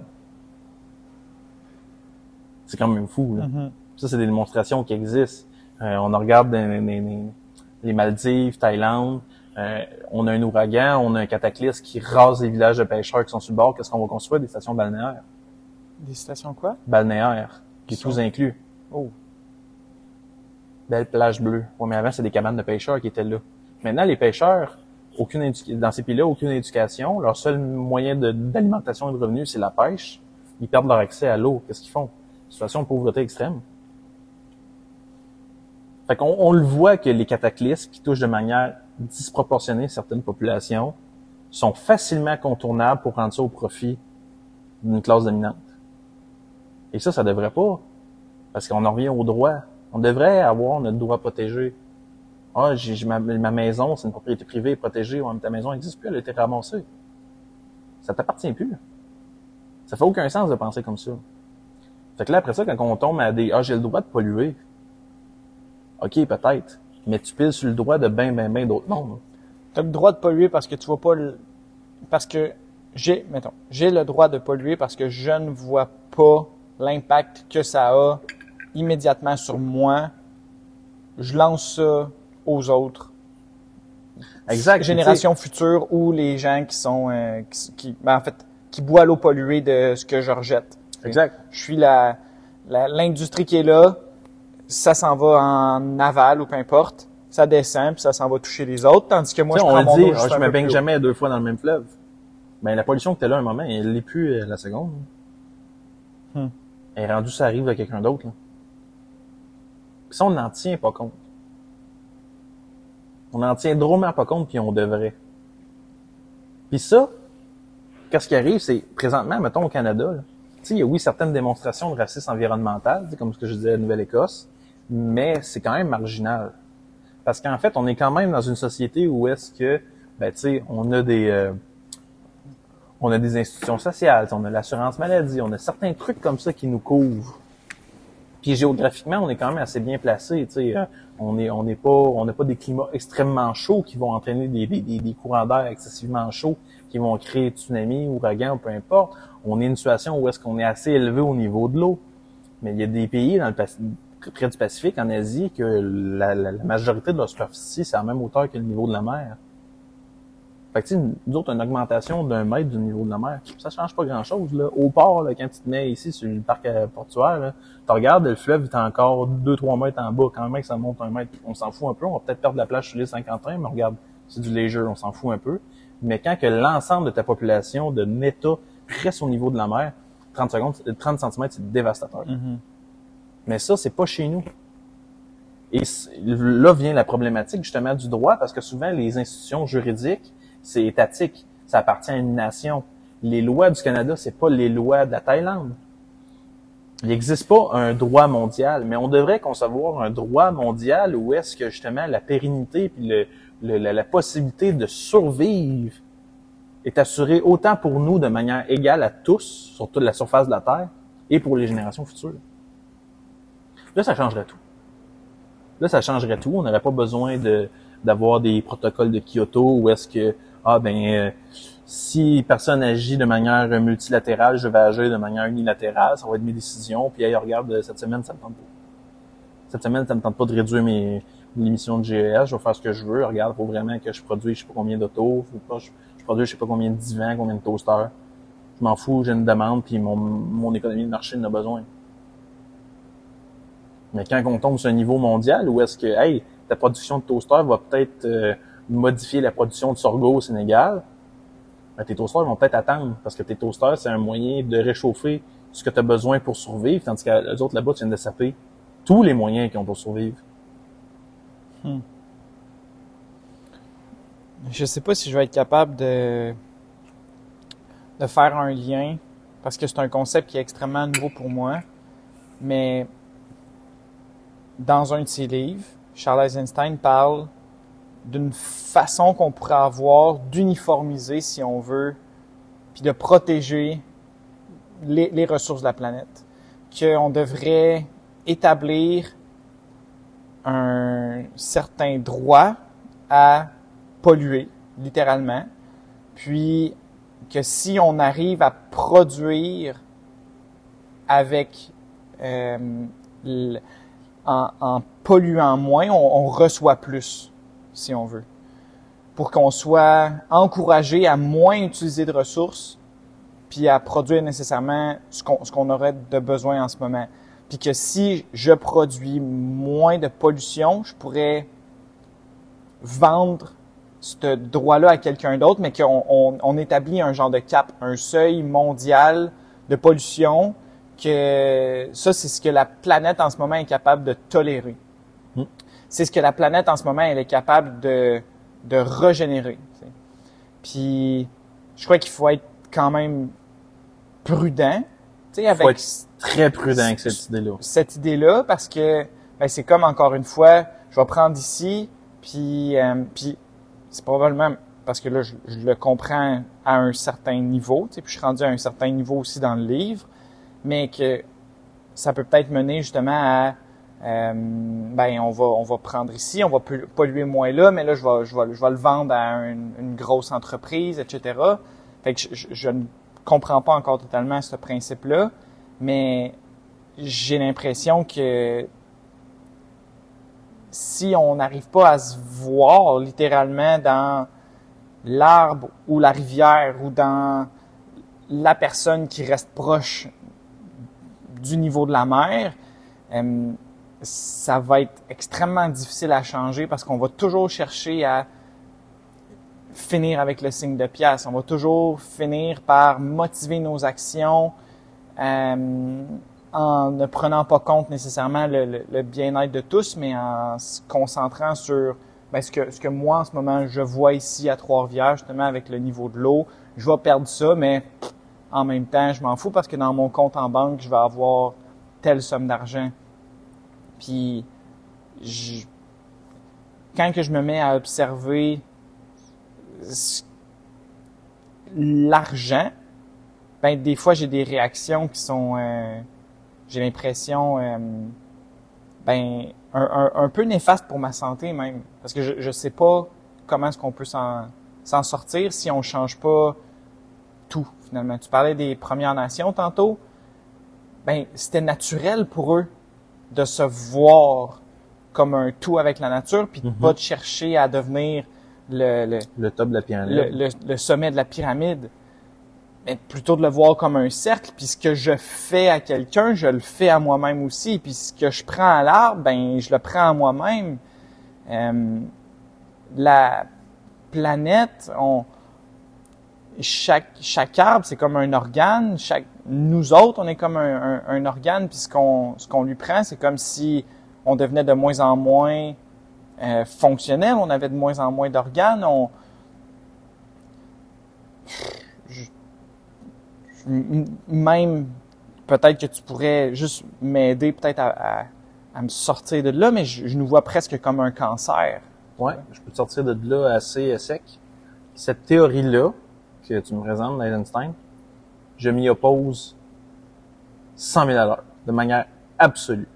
C'est quand même fou, là. Mm-hmm. Ça, c'est des démonstrations qui existent. On regarde les Maldives, Thaïlande, on a un ouragan, on a un cataclysme qui rase les villages de pêcheurs qui sont sur le bord. Qu'est-ce qu'on va construire? Des stations balnéaires. Des stations quoi? Balnéaires, qui est tous inclus. Oh. Belle plage bleue. Ouais, mais avant, c'est des cabanes de pêcheurs qui étaient là. Maintenant, les pêcheurs, dans ces pays-là, aucune éducation. Leur seul moyen d'alimentation et de revenus, c'est la pêche. Ils perdent leur accès à l'eau. Qu'est-ce qu'ils font? Situation de pauvreté extrême. Fait qu'on on le voit que les cataclysmes qui touchent de manière disproportionnée certaines populations sont facilement contournables pour rendre ça au profit d'une classe dominante. Et ça devrait pas. Parce qu'on en revient au droit. On devrait avoir notre droit protégé. Ah, j'ai ma maison, c'est une propriété privée protégée. Ouais, mais ta maison n'existe plus, elle a été ramassée. Ça t'appartient plus. Ça fait aucun sens de penser comme ça. Fait que là, après ça, quand on tombe à j'ai le droit de polluer. OK, peut-être. Mais tu piles sur le droit de ben d'autres mondes. T'as le droit de polluer parce que tu vois pas parce que j'ai le droit de polluer parce que je ne vois pas l'impact que ça a immédiatement sur moi. Je lance ça aux autres. Exact. Générations futures ou les gens qui sont qui boivent l'eau polluée de ce que je rejette. Exact. Je suis l'industrie qui est là, ça s'en va en aval ou peu importe, ça descend puis ça s'en va toucher les autres, tandis que moi, je prends mon eau juste je un me peu baigne plus jamais 2 fois dans le même fleuve. Ben, la pollution que t'as là un moment, elle l'est plus la seconde. Elle est rendue, ça arrive à quelqu'un d'autre, là. Puis ça, on n'en tient pas compte. On en tient drôlement pas compte, puis on devrait. Puis ça, qu'est-ce qui arrive, c'est, présentement, mettons, au Canada, là, tu sais, il y a oui certaines démonstrations de racisme environnemental, comme ce que je disais à Nouvelle-Écosse, mais c'est quand même marginal. Parce qu'en fait, on est quand même dans une société où est-ce que, tu sais, on a des institutions sociales, on a l'assurance maladie, on a certains trucs comme ça qui nous couvrent. Puis géographiquement, on est quand même assez bien placé, tu sais. On n'a pas des climats extrêmement chauds qui vont entraîner des courants d'air excessivement chauds qui vont créer tsunamis, ouragans, peu importe. On est une situation où est-ce qu'on est assez élevé au niveau de l'eau. Mais il y a des pays près du Pacifique, en Asie, que la majorité de leur superficie, c'est à la même hauteur que le niveau de la mer. Fait que, tu sais, nous autres, une augmentation d'1 mètre du niveau de la mer, ça change pas grand-chose, là. Au port, là, quand tu te mets ici sur le parc portuaire, là, tu regardes, le fleuve est encore 2-3 mètres en bas. Quand même que ça monte 1 mètre, on s'en fout un peu. On va peut-être perdre la plage sur l'île Saint-Quentin, mais regarde, c'est du leisure, on s'en fout un peu. Mais quand que l'ensemble de ta population de État reste au niveau de la mer, 30 cm, c'est dévastateur. Mm-hmm. Mais ça, c'est pas chez nous. Et là vient la problématique, justement, du droit, parce que souvent, les institutions juridiques, c'est étatique. Ça appartient à une nation. Les lois du Canada, c'est pas les lois de la Thaïlande. Il n'existe pas un droit mondial, mais on devrait concevoir un droit mondial où est-ce que, justement, la pérennité puis la possibilité de survivre est assurée autant pour nous de manière égale à tous, sur toute la surface de la Terre, et pour les générations futures. Là, ça changerait tout. On n'aurait pas besoin d'avoir des protocoles de Kyoto où est-ce que, si personne agit de manière multilatérale, je vais agir de manière unilatérale, ça va être mes décisions, puis hey, regarde, cette semaine, ça me tente pas. Cette semaine, ça me tente pas de réduire mes émissions de GES, je vais faire ce que je veux, regarde, faut vraiment que je produise je sais pas combien d'autos, je produis je sais pas combien de divans, combien de toasters. Je m'en fous, j'ai une demande, puis mon économie de marché en a besoin. Mais quand on tombe sur un niveau mondial, où est-ce que, hey, ta production de toaster va peut-être modifier la production de sorgho au Sénégal, ben, tes toasters vont peut-être attendre, parce que tes toasters, c'est un moyen de réchauffer ce que tu as besoin pour survivre, tandis que les autres là-bas, tu viens de saper tous les moyens qu'ils ont pour survivre. Je sais pas si je vais être capable de faire un lien, parce que c'est un concept qui est extrêmement nouveau pour moi, mais dans un de ses livres, Charles Eisenstein parle d'une façon qu'on pourrait avoir d'uniformiser, si on veut, puis de protéger les ressources de la planète. Qu'on devrait établir un certain droit à polluer, littéralement. Puis que si on arrive à produire avec en polluant moins, on reçoit plus, si on veut. Pour qu'on soit encouragé à moins utiliser de ressources, puis à produire nécessairement ce qu'on aurait de besoin en ce moment. Puis que si je produis moins de pollution, je pourrais vendre ce droit-là à quelqu'un d'autre, mais qu'on établit un genre de cap, un seuil mondial de pollution, que ça, c'est ce que la planète en ce moment est capable de tolérer. C'est ce que la planète en ce moment, elle est capable de régénérer. T'sais. Puis, je crois qu'il faut être quand même prudent. Il faut être très prudent avec cette idée-là. Cette idée-là, parce que c'est comme, encore une fois, je vais prendre ici, puis c'est probablement parce que là, je le comprends à un certain niveau, puis je suis rendu à un certain niveau aussi dans le livre, mais que ça peut peut-être mener justement à on va prendre ici, on va polluer moins là, mais là je vais le vendre à une grosse entreprise, etc. Fait que je ne comprends pas encore totalement ce principe-là, mais j'ai l'impression que si on n'arrive pas à se voir littéralement dans l'arbre ou la rivière ou dans la personne qui reste proche du niveau de la mer, ça va être extrêmement difficile à changer parce qu'on va toujours chercher à finir avec le signe de pièce. On va toujours finir par motiver nos actions en ne prenant pas compte nécessairement le bien-être de tous, mais en se concentrant sur ce que moi en ce moment je vois ici à Trois-Rivières, justement avec le niveau de l'eau. Je vais perdre ça, mais en même temps, je m'en fous parce que dans mon compte en banque, je vais avoir telle somme d'argent. Puis, quand que je me mets à observer l'argent, des fois, j'ai des réactions qui sont, j'ai l'impression, un peu néfastes pour ma santé même. Parce que je sais pas comment est-ce qu'on peut s'en sortir si on change pas tout, finalement. Tu parlais des Premières Nations tantôt. C'était naturel pour eux de se voir comme un tout avec la nature, puis pas de chercher à devenir le top de la pyramide, le sommet de la pyramide, mais plutôt de le voir comme un cercle. Puis ce que je fais à quelqu'un, je le fais à moi-même aussi. Puis ce que je prends à l'arbre, je le prends à moi-même. La planète, chaque arbre, c'est comme un organe. Nous autres, on est comme un organe, puis ce qu'on lui prend, c'est comme si on devenait de moins en moins fonctionnel, on avait de moins en moins d'organes. Même, peut-être que tu pourrais juste m'aider peut-être à me sortir de là, mais je nous vois presque comme un cancer. Ouais, je peux te sortir de là assez sec. Cette théorie-là, que tu me présentes d'Eisenstein, je m'y oppose 100 000 à l'heure, de manière absolue.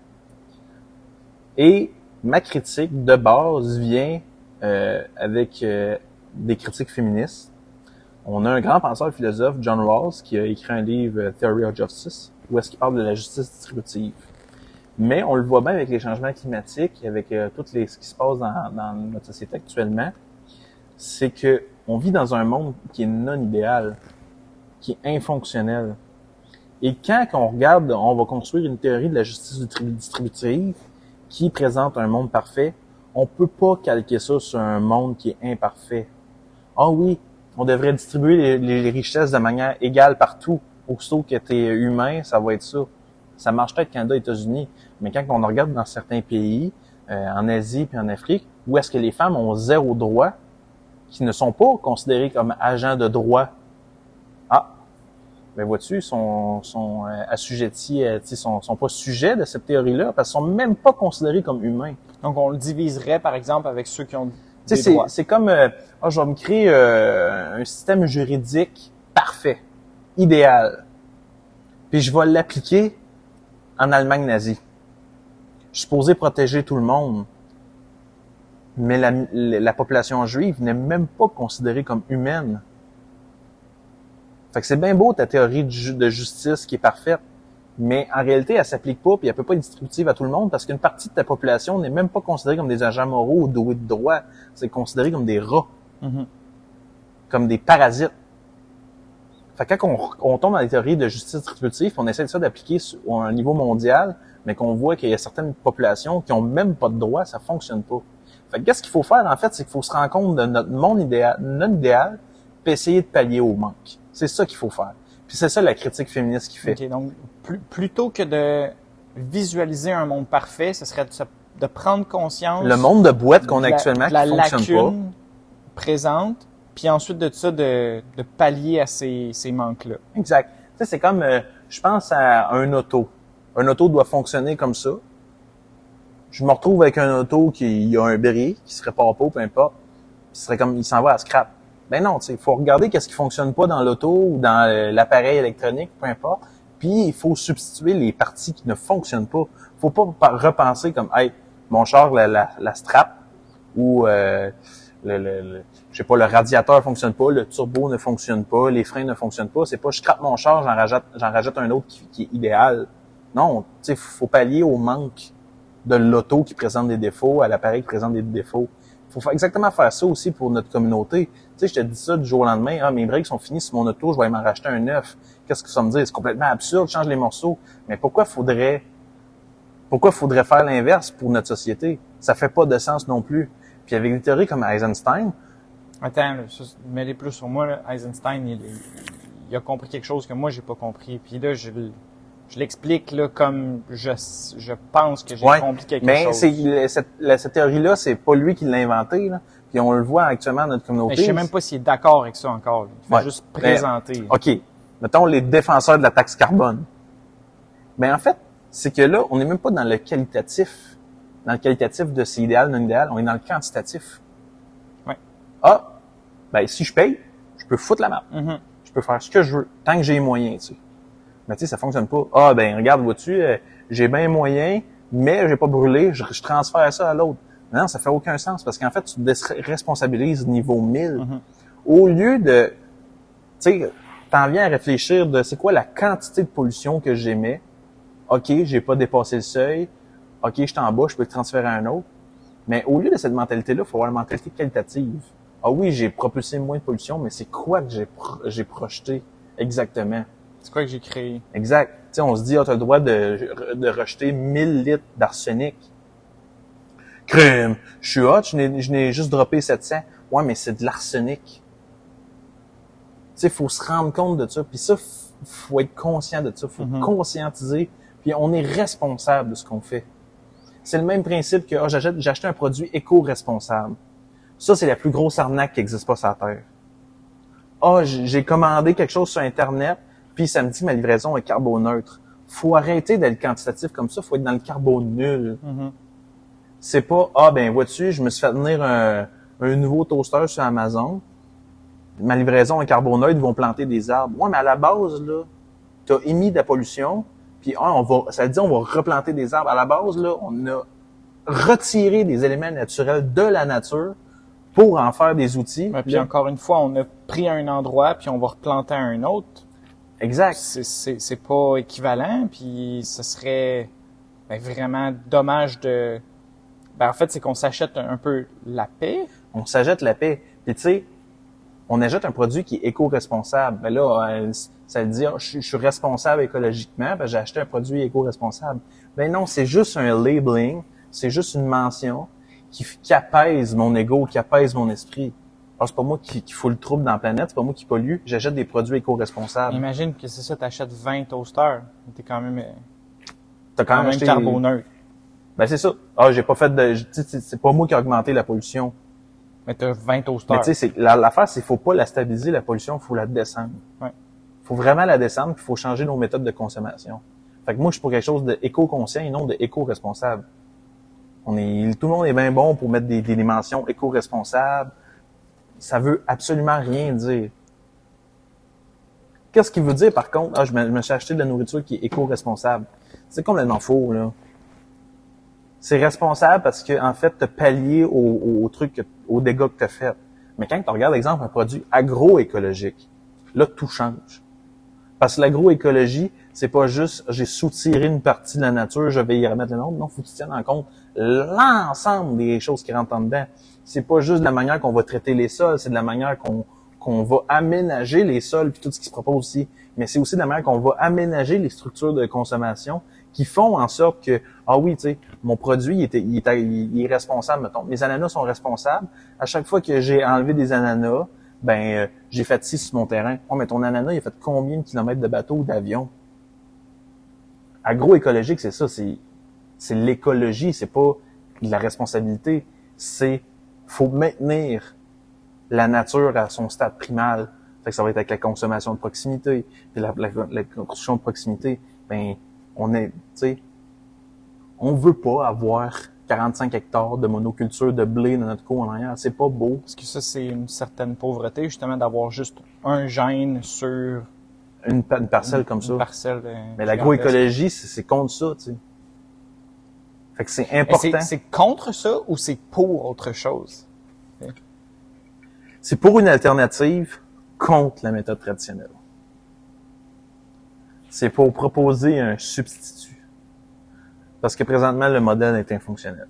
Et ma critique de base vient avec des critiques féministes. On a un grand penseur philosophe, John Rawls, qui a écrit un livre, Theory of Justice, où est-ce qu'il parle de la justice distributive. Mais on le voit bien avec les changements climatiques, avec ce qui se passe dans notre société actuellement, c'est que on vit dans un monde qui est non idéal, qui est infonctionnel. Et quand on regarde, on va construire une théorie de la justice distributive qui présente un monde parfait, on peut pas calquer ça sur un monde qui est imparfait. Ah oui, on devrait distribuer les richesses de manière égale partout. Aussitôt que tu es humain, ça va être ça. Ça marche peut-être Canada, États-Unis, mais quand on regarde dans certains pays, en Asie puis en Afrique, où est-ce que les femmes ont zéro droit, qui ne sont pas considérés comme agents de droit. Ah, ben vois-tu, sont assujettis, sont pas sujets de cette théorie-là, parce qu'ils sont même pas considérés comme humains. Donc on le diviserait, par exemple, avec ceux qui ont des droits. C'est comme, je vais me créer un système juridique parfait, idéal, puis je vais l'appliquer en Allemagne nazie. Je suis supposé protéger tout le monde. Mais la population juive n'est même pas considérée comme humaine. Fait que c'est bien beau ta théorie de justice qui est parfaite, mais en réalité, elle s'applique pas, puis elle peut pas être distributive à tout le monde, parce qu'une partie de ta population n'est même pas considérée comme des agents moraux ou doués de droit. C'est considéré comme des rats, comme des parasites. Fait que quand on tombe dans les théories de justice distributive, on essaie de ça d'appliquer à un niveau mondial, mais qu'on voit qu'il y a certaines populations qui ont même pas de droit, ça fonctionne pas. Fait que qu'est-ce qu'il faut faire, en fait, c'est qu'il faut se rendre compte de notre idéal, puis essayer de pallier au manque. C'est ça qu'il faut faire. Puis c'est ça la critique féministe qui fait. OK, donc plutôt que de visualiser un monde parfait, ce serait de prendre conscience... Le monde de boîte qu'on a actuellement qui fonctionne pas. La lacune présente, puis ensuite de ça, de pallier à ces manques-là. Exact. Tu sais, c'est comme, je pense à un auto. Un auto doit fonctionner comme ça. Je me retrouve avec un auto qui a un bris, qui se répare pas, peu importe. Il s'en va à scrap. Ben non, tu sais, il faut regarder qu'est-ce qui fonctionne pas dans l'auto ou dans l'appareil électronique, peu importe. Puis il faut substituer les parties qui ne fonctionnent pas. Faut pas repenser comme, hey, mon char, la strap ou je sais pas, le radiateur fonctionne pas, le turbo ne fonctionne pas, les freins ne fonctionnent pas. C'est pas, je scrape mon char, j'en rajoute un autre qui est idéal. Non, tu sais, faut pallier au manque de l'auto qui présente des défauts, à l'appareil qui présente des défauts. Faut exactement faire ça aussi pour notre communauté. Tu sais, je te dis ça du jour au lendemain, ah, mes breaks sont finis sur mon auto, je vais aller m'en racheter un neuf. Qu'est-ce que ça me dit? C'est complètement absurde, change les morceaux. Mais pourquoi faudrait faire l'inverse pour notre société? Ça fait pas de sens non plus. Puis avec des théories comme Eisenstein... Attends, mets-les plus sur moi, là. Eisenstein, il a compris quelque chose que moi, j'ai pas compris. Puis là, je l'explique là comme je pense que j'ai compris quelque chose. Mais cette théorie-là, c'est pas lui qui l'a inventée, là. Puis on le voit actuellement dans notre communauté. Mais je sais même pas s'il est d'accord avec ça encore. Il fait juste présenter. OK. Mettons les défenseurs de la taxe carbone. Ben en fait, c'est que là, on n'est même pas dans le qualitatif. Dans le qualitatif de c'est idéal, non idéal. On est dans le quantitatif. Ouais. Ah, ben si je paye, je peux foutre la map. Je peux faire ce que je veux, tant que j'ai les moyens, tu sais. Mais tu sais, ça fonctionne pas. Ah, ben regarde, vois-tu, j'ai bien moyen, mais j'ai pas brûlé, je transfère ça à l'autre. Non, ça fait aucun sens, parce qu'en fait, tu te déresponsabilises niveau 1000. Au lieu de, tu sais, t'en viens à réfléchir de c'est quoi la quantité de pollution que j'émets. OK, j'ai pas dépassé le seuil. OK, je suis en bas, je peux le transférer à un autre. Mais au lieu de cette mentalité-là, il faut avoir une mentalité qualitative. Ah oui, j'ai propulsé moins de pollution, mais c'est quoi que j'ai projeté exactement? C'est quoi que j'ai créé? Exact. Tu sais, on se dit, ah, t'as le droit de rejeter 1000 litres d'arsenic. Crème! Je suis hot, je n'ai juste droppé 700. Ouais, mais c'est de l'arsenic. Tu sais, faut se rendre compte de ça. Puis ça, faut être conscient de ça. Faut conscientiser. Puis on est responsable de ce qu'on fait. C'est le même principe que, j'ai acheté un produit éco-responsable. Ça, c'est la plus grosse arnaque qui n'existe pas sur la Terre. Ah, j'ai commandé quelque chose sur Internet, puis ça me dit que ma livraison est carboneutre. Faut arrêter d'être quantitatif comme ça, faut être dans le carbone nul. C'est pas, ah ben vois-tu, je me suis fait venir un nouveau toaster sur Amazon, ma livraison est carboneutre, ils vont planter des arbres. Ouais, mais à la base, là, t'as émis de la pollution, puis ça veut dire on va replanter des arbres. À la base, là, on a retiré des éléments naturels de la nature pour en faire des outils. Puis encore une fois, on a pris un endroit, puis on va replanter un autre. Exact. C'est pas équivalent, puis ce serait vraiment dommage de... en fait, c'est qu'on s'achète un peu la paix. On s'achète la paix. Puis tu sais, on achète un produit qui est éco-responsable. Ben là, ça veut dire je suis responsable écologiquement, ben j'ai acheté un produit éco-responsable. Ben non, c'est juste un labeling, c'est juste une mention qui apaise mon ego, qui apaise mon esprit. Alors, c'est pas moi qui fout le trouble dans la planète, c'est pas moi qui pollue, j'achète des produits éco-responsables. Imagine que c'est ça, t'achètes 20 toasters. T'es quand même... T'as quand même acheté... carboneutre. Ben c'est ça. Ah, j'ai pas fait de... C'est pas moi qui a augmenté la pollution. Mais t'as 20 toasters. Mais tu sais, l'affaire, c'est qu'il faut pas la stabiliser, la pollution, il faut la descendre. Ouais. Faut vraiment la descendre, puis il faut changer nos méthodes de consommation. Fait que moi, je suis pour quelque chose d'éco-conscient et non d'éco-responsable. Tout le monde est bien bon pour mettre des dimensions éco-responsables. Ça veut absolument rien dire. Qu'est-ce qu'il veut dire, par contre? Ah, je me suis acheté de la nourriture qui est éco-responsable. C'est complètement faux, là. C'est responsable parce que, en fait, t'as pallié au truc, aux dégâts que t'as fait. Mais quand tu regardes, exemple, un produit agroécologique, là, tout change. Parce que l'agroécologie, c'est pas juste, j'ai soutiré une partie de la nature, je vais y remettre le nom. Non, faut que tu tiennes en compte l'ensemble des choses qui rentrent en dedans. C'est pas juste de la manière qu'on va traiter les sols, c'est de la manière qu'on va aménager les sols puis tout ce qui se propose aussi. Mais c'est aussi de la manière qu'on va aménager les structures de consommation qui font en sorte que, ah oui, tu sais, mon produit, il est responsable, mettons. Mes ananas sont responsables. À chaque fois que j'ai enlevé des ananas, j'ai fait ci sur mon terrain. Oh, mais ton ananas, il a fait combien de kilomètres de bateau ou d'avion? Agroécologique, c'est ça, c'est l'écologie, c'est pas de la responsabilité. Faut maintenir la nature à son stade primal. Fait que ça va être avec la consommation de proximité. Puis la construction de proximité, on veut pas avoir 45 hectares de monoculture de blé dans notre cour en arrière. C'est pas beau. Est-ce que ça, c'est une certaine pauvreté, justement, d'avoir juste un gène sur une parcelle comme ça? Une parcelle. Mais l'agroécologie, c'est contre ça, tu sais. Fait que c'est important. C'est contre ça ou c'est pour autre chose? C'est pour une alternative contre la méthode traditionnelle. C'est pour proposer un substitut. Parce que présentement, le modèle est infonctionnel.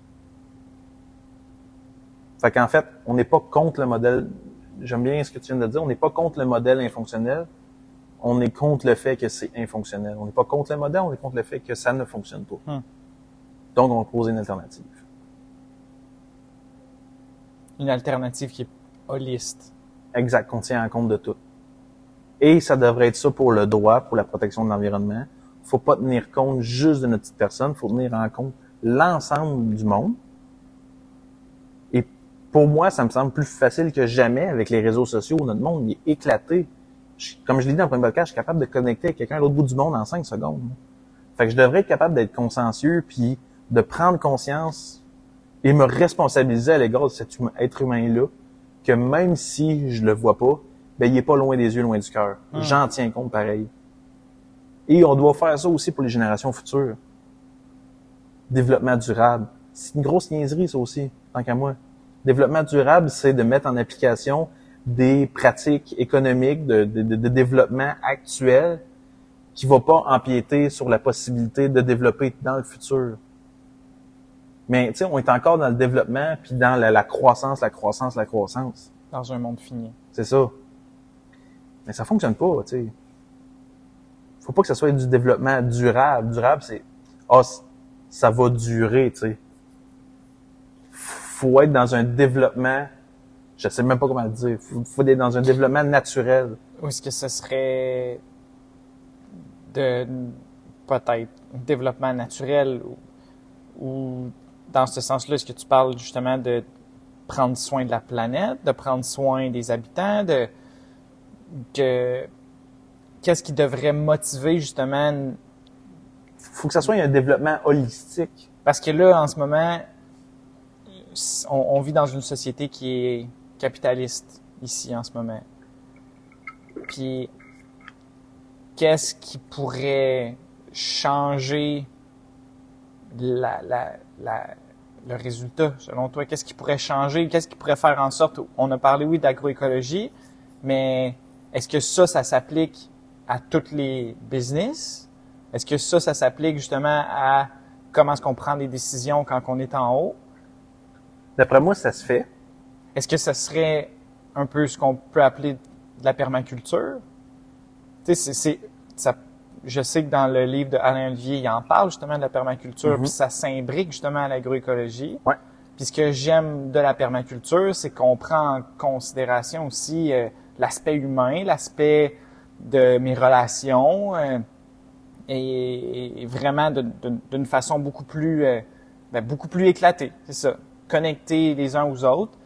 Fait qu'en fait, on n'est pas contre le modèle. J'aime bien ce que tu viens de dire. On n'est pas contre le modèle infonctionnel. On est contre le fait que c'est infonctionnel. On n'est pas contre le modèle, on est contre le fait que ça ne fonctionne pas. Donc, on va proposer une alternative. Une alternative qui est holiste. Exact, qu'on tient en compte de tout. Et ça devrait être ça pour le droit, pour la protection de l'environnement. Faut pas tenir compte juste de notre petite personne, faut tenir en compte l'ensemble du monde. Et pour moi, ça me semble plus facile que jamais avec les réseaux sociaux. Notre monde il est éclaté. Comme je l'ai dit dans le premier podcast, je suis capable de connecter avec quelqu'un à l'autre bout du monde en 5 secondes. Fait que je devrais être capable d'être consciencieux puis de prendre conscience et me responsabiliser à l'égard de cet être humain-là, que même si je le vois pas, il est pas loin des yeux, loin du cœur. J'en tiens compte pareil. Et on doit faire ça aussi pour les générations futures. Développement durable. C'est une grosse niaiserie, ça aussi, tant qu'à moi. Développement durable, c'est de mettre en application des pratiques économiques de développement actuel qui va pas empiéter sur la possibilité de développer dans le futur. Mais, tu sais, on est encore dans le développement puis dans la croissance. Dans un monde fini. C'est ça. Mais ça fonctionne pas, tu sais. Faut pas que ça soit du développement durable. Durable, c'est, ça va durer, tu sais. Faut être dans un développement, je sais même pas comment le dire, faut être dans un développement naturel. Ou est-ce que ce serait peut-être un développement naturel ou dans ce sens-là, est-ce que tu parles justement de prendre soin de la planète, de prendre soin des habitants, qu'est-ce qui devrait motiver justement? Faut que ça soit un développement holistique. Parce que là, en ce moment, on vit dans une société qui est capitaliste ici en ce moment. Puis, qu'est-ce qui pourrait changer le résultat, selon toi? Qu'est-ce qui pourrait changer? Qu'est-ce qui pourrait faire en sorte... On a parlé, oui, d'agroécologie, mais est-ce que ça s'applique à tous les business? Est-ce que ça s'applique justement à comment est-ce qu'on prend des décisions quand on est en haut? D'après moi, ça se fait. Est-ce que ça serait un peu ce qu'on peut appeler de la permaculture? Tu sais, je sais que dans le livre de Alain Olivier, il en parle justement de la permaculture, puis ça s'imbrique justement à l'agroécologie. Ouais. Puis ce que j'aime de la permaculture, c'est qu'on prend en considération aussi l'aspect humain, l'aspect de mes relations, et vraiment d'une façon beaucoup plus éclatée, c'est ça, connectés les uns aux autres.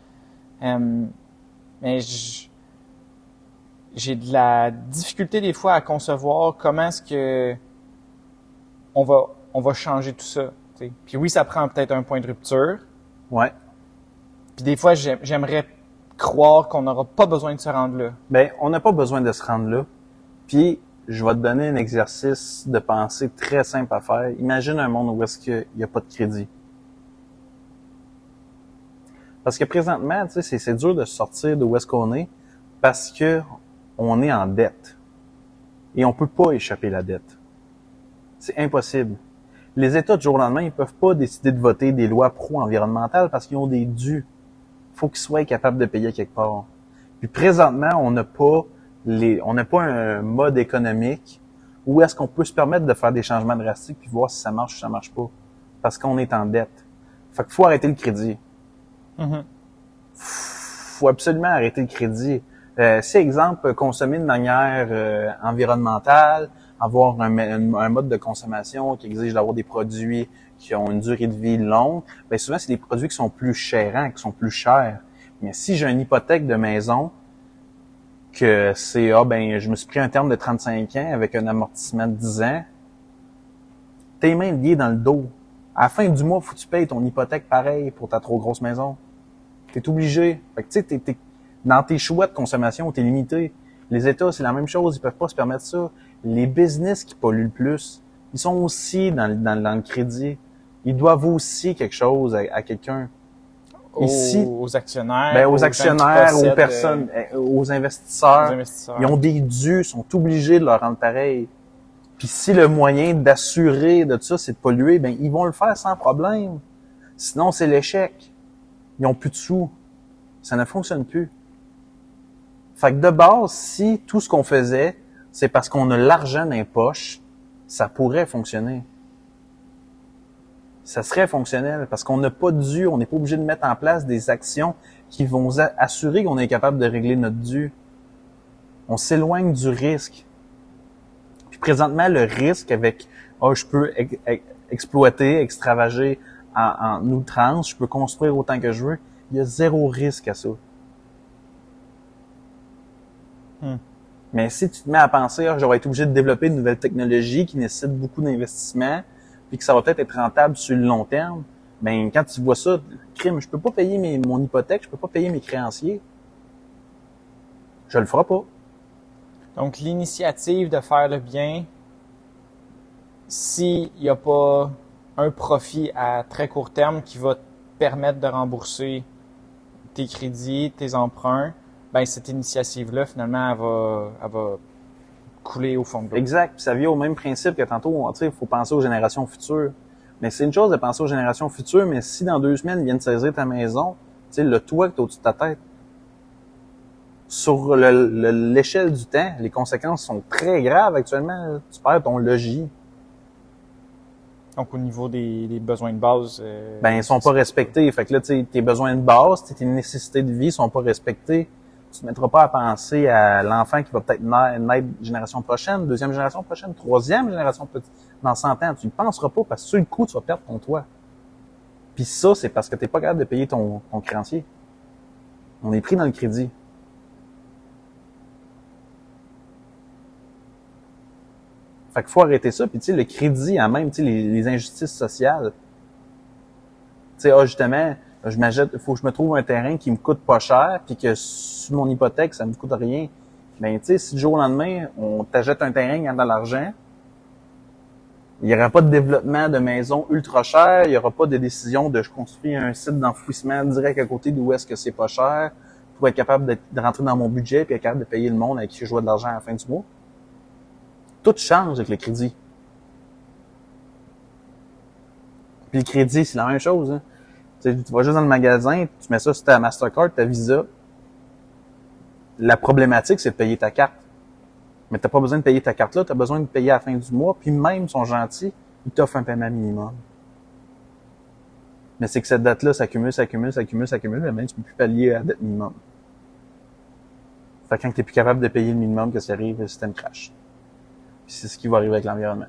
Mais j'ai de la difficulté des fois à concevoir comment est-ce que on va changer tout ça. T'sais. Puis oui, ça prend peut-être un point de rupture. Ouais. Puis des fois, j'aimerais croire qu'on n'aura pas besoin de se rendre là. Ben, on n'a pas besoin de se rendre là. Puis, je vais te donner un exercice de pensée très simple à faire. Imagine un monde où est-ce qu'il n'y a pas de crédit. Parce que présentement, tu sais, c'est dur de sortir de où est-ce qu'on est parce que on est en dette. Et on peut pas échapper la dette. C'est impossible. Les États, du jour au lendemain, ils peuvent pas décider de voter des lois pro-environnementales parce qu'ils ont des dus. Faut qu'ils soient capables de payer quelque part. Puis présentement, on n'a pas un mode économique où est-ce qu'on peut se permettre de faire des changements drastiques puis voir si ça marche ou ça marche pas. Parce qu'on est en dette. Fait qu'il faut arrêter le crédit. Mm-hmm. Faut absolument arrêter le crédit. Si, exemple, consommer de manière environnementale, avoir un mode de consommation qui exige d'avoir des produits qui ont une durée de vie longue, bien souvent, c'est des produits qui sont plus chérants, qui sont plus chers. Mais si j'ai une hypothèque de maison, que c'est, je me suis pris un terme de 35 ans avec un amortissement de 10 ans, tes mains liées dans le dos. À la fin du mois, faut que tu payes ton hypothèque pareil pour ta trop grosse maison. T'es obligé. Fait que tu sais, t'es dans tes choix de consommation, t'es limité. Les États, c'est la même chose, ils peuvent pas se permettre ça. Les business qui polluent le plus, ils sont aussi dans le crédit. Ils doivent aussi quelque chose à quelqu'un. Ici, aux actionnaires, aux actionnaires, aux personnes, aux investisseurs, ils ont des dus, sont obligés de leur rendre pareil. Puis si le moyen d'assurer de ça, c'est de polluer, ben ils vont le faire sans problème. Sinon, c'est l'échec. Ils ont plus de sous. Ça ne fonctionne plus. Fait que de base, si tout ce qu'on faisait, c'est parce qu'on a l'argent dans les poches, ça pourrait fonctionner. Ça serait fonctionnel parce qu'on n'a pas de dû, on n'est pas obligé de mettre en place des actions qui vont assurer qu'on est capable de régler notre dû. On s'éloigne du risque. Puis présentement, le risque avec je peux exploiter, extravager en outrance, je peux construire autant que je veux, il y a zéro risque à ça. Mais si tu te mets à penser, j'aurais été obligé de développer une nouvelle technologie qui nécessite beaucoup d'investissement, puis que ça va peut-être être rentable sur le long terme, ben quand tu vois ça, crime, je peux pas payer mon hypothèque, je peux pas payer mes créanciers. Je le ferai pas. Donc, l'initiative de faire le bien, s'il n'y a pas un profit à très court terme qui va te permettre de rembourser tes crédits, tes emprunts, ben cette initiative-là, finalement, elle va couler au fond de l'eau. Exact. Puis ça vient au même principe que tantôt, tu sais, il faut penser aux générations futures. Mais c'est une chose de penser aux générations futures, mais si dans 2 semaines, ils viennent saisir ta maison, tu sais, le toit que tu as au-dessus de ta tête, sur l'échelle du temps, les conséquences sont très graves actuellement. Tu perds ton logis. Donc, au niveau des besoins de base... ils sont pas respectés. Fait que là, tu sais, tes besoins de base, tes nécessités de vie sont pas respectées. Tu ne mettras pas à penser à l'enfant qui va peut-être naître génération prochaine, 2e génération prochaine, 3e génération dans 100 ans. Tu ne penseras pas parce que sur le coup, tu vas perdre ton toit. Puis ça, c'est parce que tu n'es pas capable de payer ton créancier. On est pris dans le crédit. Fait qu'il faut arrêter ça. Puis tu sais, le crédit, en même, tu sais, les injustices sociales. Tu sais, justement, faut que je me trouve un terrain qui me coûte pas cher, puis que sur mon hypothèque, ça me coûte rien. Ben, tu sais, si du jour au lendemain, on t'achète un terrain qui a de l'argent, il y aura pas de développement de maison ultra cher, il y aura pas de décision de je construis un site d'enfouissement direct à côté d'où est-ce que c'est pas cher, pour être capable de rentrer dans mon budget, puis être capable de payer le monde avec qui je dois de l'argent à la fin du mois. Tout change avec le crédit. Puis le crédit, c'est la même chose, hein. Tu vas juste dans le magasin, tu mets ça sur ta Mastercard, ta Visa. La problématique, c'est de payer ta carte. Mais t'as pas besoin de payer ta carte là, t'as besoin de payer à la fin du mois, puis même, ils sont gentils, ils t'offrent un paiement minimum. Mais c'est que cette dette-là s'accumule, et même tu peux plus pallier à la dette minimum. Fait que quand t'es plus capable de payer le minimum, qu'est-ce qui arrive? Le système crash. Puis c'est ce qui va arriver avec l'environnement.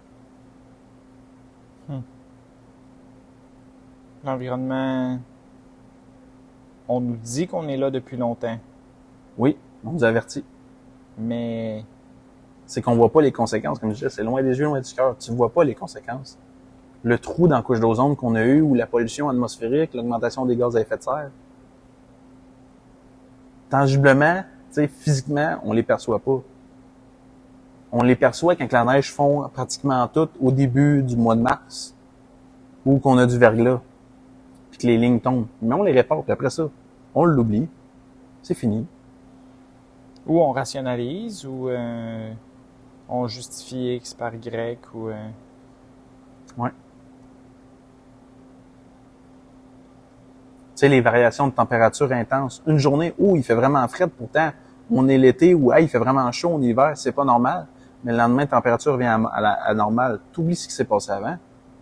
L'environnement, on nous dit qu'on est là depuis longtemps. Oui, on nous avertit. Mais c'est qu'on voit pas les conséquences. Comme je disais, c'est loin des yeux, loin du cœur. Tu vois pas les conséquences. Le trou dans la couche d'ozone qu'on a eu, ou la pollution atmosphérique, l'augmentation des gaz à effet de serre. Tangiblement, tu sais, physiquement, on les perçoit pas. On les perçoit quand la neige fond pratiquement toute au début du mois de mars. Ou qu'on a du verglas. Puis que les lignes tombent. Mais on les répare, puis après ça, on l'oublie, c'est fini. Ou on rationalise, ou on justifie X par Y, ou... Ouais. Tu sais, les variations de température intenses. Une journée où il fait vraiment frais, pourtant, on est l'été, où il fait vraiment chaud en hiver, c'est pas normal. Mais le lendemain, la température revient à la normale. T'oublies ce qui s'est passé avant.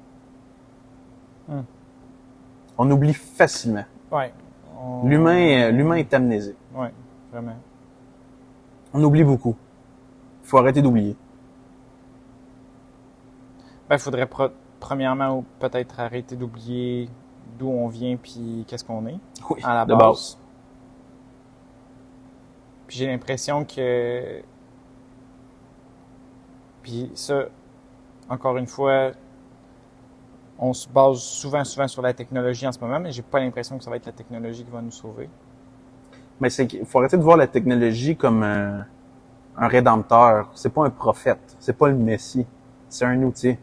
On oublie facilement. Ouais. L'humain est amnésique. Ouais, vraiment. On oublie beaucoup. Il faut arrêter d'oublier. Ben, il faudrait premièrement peut-être arrêter d'oublier d'où on vient puis qu'est-ce qu'on est. Oui, à la de base. base. Puis j'ai l'impression que... Puis ça, encore une fois, on se base souvent sur la technologie en ce moment, mais j'ai pas l'impression que ça va être la technologie qui va nous sauver. Mais c'est qu'il faut arrêter de voir la technologie comme un rédempteur. C'est pas un prophète. C'est pas le Messie. C'est un outil.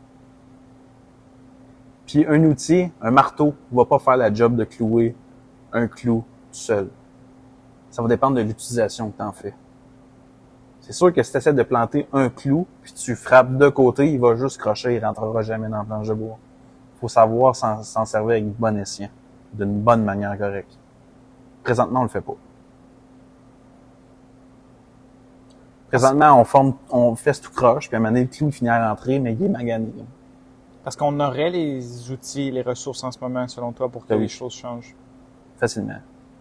Puis un outil, un marteau, va pas faire la job de clouer un clou tout seul. Ça va dépendre de l'utilisation que tu en fais. C'est sûr que si tu essaies de planter un clou, puis tu frappes de côté, il va juste crocher, il rentrera jamais dans la planche de bois. Faut savoir s'en servir avec bon escient, d'une bonne manière correcte. Présentement, on le fait pas. Présentement, on fait tout croche, puis à un moment donné, le clou finit à rentrer, mais il est magané. Parce qu'on aurait les outils, les ressources en ce moment, selon toi, pour que les choses changent. Facilement.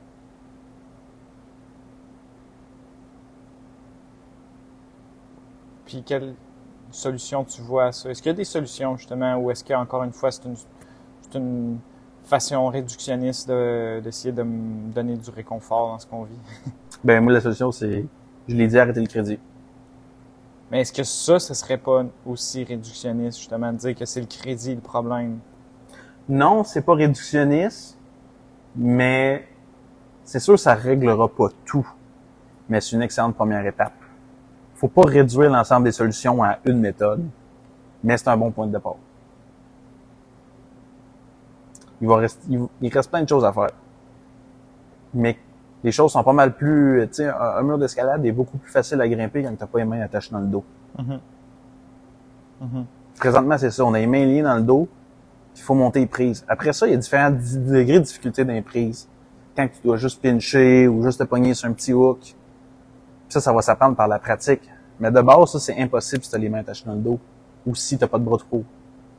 Puis quelle solution tu vois à ça? Est-ce qu'il y a des solutions, justement, ou est-ce qu'encore une fois, c'est une façon réductionniste d'essayer de me donner du réconfort dans ce qu'on vit? Ben moi, la solution, c'est, je l'ai dit, arrêter le crédit. Mais est-ce que ça serait pas aussi réductionniste, justement, de dire que c'est le crédit le problème? Non, c'est pas réductionniste, mais c'est sûr que ça réglera pas tout. Mais c'est une excellente première étape. Faut pas réduire l'ensemble des solutions à une méthode, mais c'est un bon point de départ. Il reste plein de choses à faire. Mais les choses sont pas mal plus, tu sais, un mur d'escalade est beaucoup plus facile à grimper quand t'as pas les mains attachées dans le dos. Présentement, c'est ça. On a les mains liées dans le dos, il faut monter les prises. Après ça, il y a différents degrés de difficulté dans les prises. Quand tu dois juste pincher ou juste te pogner sur un petit hook. Ça va s'apprendre par la pratique. Mais de base, ça, c'est impossible si tu as les mains attachées dans le dos ou si tu n'as pas de bras de cours.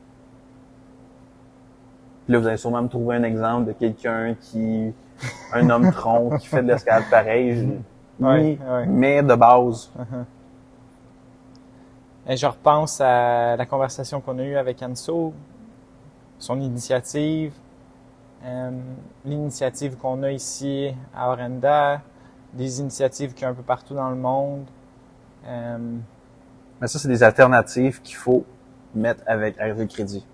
Puis là, vous allez sûrement me trouver un exemple de quelqu'un un homme tronc qui fait de l'escalade pareil. Oui, mais de base. Et je repense à la conversation qu'on a eue avec Anso, son initiative, l'initiative qu'on a ici à Orenda, des initiatives qu'il y a un peu partout dans le monde. Mais ça, c'est des alternatives qu'il faut mettre avec le crédit.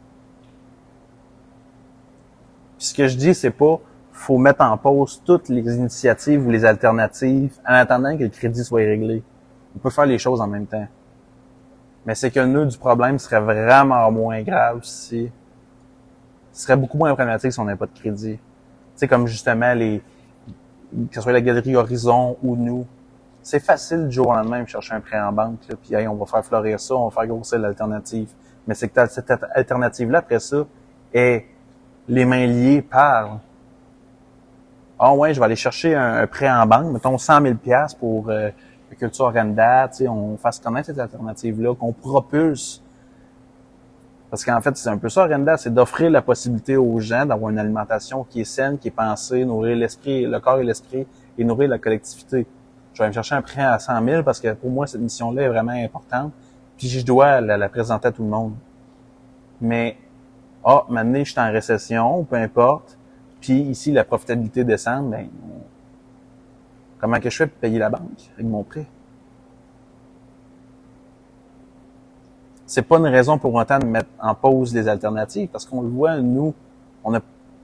Puis ce que je dis, c'est pas faut mettre en pause toutes les initiatives ou les alternatives en attendant que le crédit soit réglé. On peut faire les choses en même temps. Mais c'est que le nœud du problème serait vraiment moins grave si... Ce serait beaucoup moins problématique si on n'avait pas de crédit. Tu sais, comme justement que ce soit la galerie Horizon ou nous, c'est facile du jour au lendemain de chercher un prêt en banque, là, puis hey, on va faire fleurir ça, on va faire grossir l'alternative. Mais c'est que cette alternative-là, après ça, est les mains liées par ah ouais, je vais aller chercher un prêt en banque, mettons 100 000 $ pour la culture Orenda, tu sais, on fasse connaître cette alternative-là, qu'on propulse. Parce qu'en fait, c'est un peu ça, Orenda, c'est d'offrir la possibilité aux gens d'avoir une alimentation qui est saine, qui est pensée, nourrir l'esprit, le corps et l'esprit, et nourrir la collectivité. Je vais me chercher un prêt à 100 000 parce que pour moi, cette mission-là est vraiment importante. Puis je dois la présenter à tout le monde. Mais, maintenant, je suis en récession, peu importe. Puis ici, la profitabilité descend, ben, comment que je fais pour payer la banque avec mon prêt? C'est pas une raison pour autant de mettre en pause les alternatives, parce qu'on le voit, nous, on a,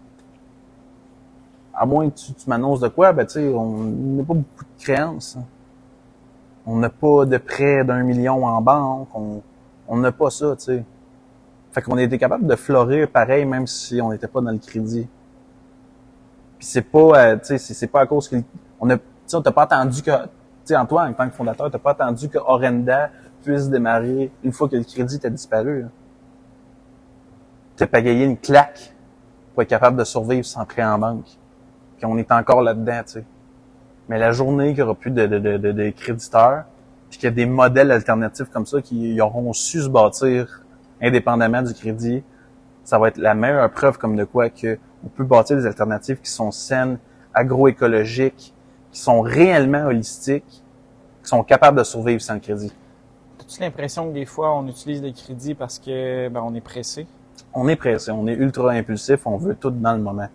à moins que tu m'annonces de quoi, ben, tu sais, on n'a pas beaucoup de créances. On n'a pas de prêt d'1 million en banque, on n'a pas ça, tu sais. Fait qu'on a été capable de florir pareil, même si on n'était pas dans le crédit. Puis c'est pas, tu sais, c'est pas à cause on t'a pas attendu que, tu sais, Antoine, en tant que fondateur, t'as pas attendu que Orenda puisse démarrer une fois que le crédit t'a disparu. Là. T'as pagayé une claque pour être capable de survivre sans prêt en banque. Puis on est encore là-dedans, tu sais. Mais la journée qu'il y aura plus de créditeurs, puis qu'il y a des modèles alternatifs comme ça qui auront su se bâtir indépendamment du crédit, ça va être la meilleure preuve comme de quoi que on peut bâtir des alternatives qui sont saines, agroécologiques, qui sont réellement holistiques, qui sont capables de survivre sans le crédit. As-tu l'impression que des fois, on utilise le crédit parce que on est pressé? On est pressé, on est ultra impulsif, on veut tout dans le moment.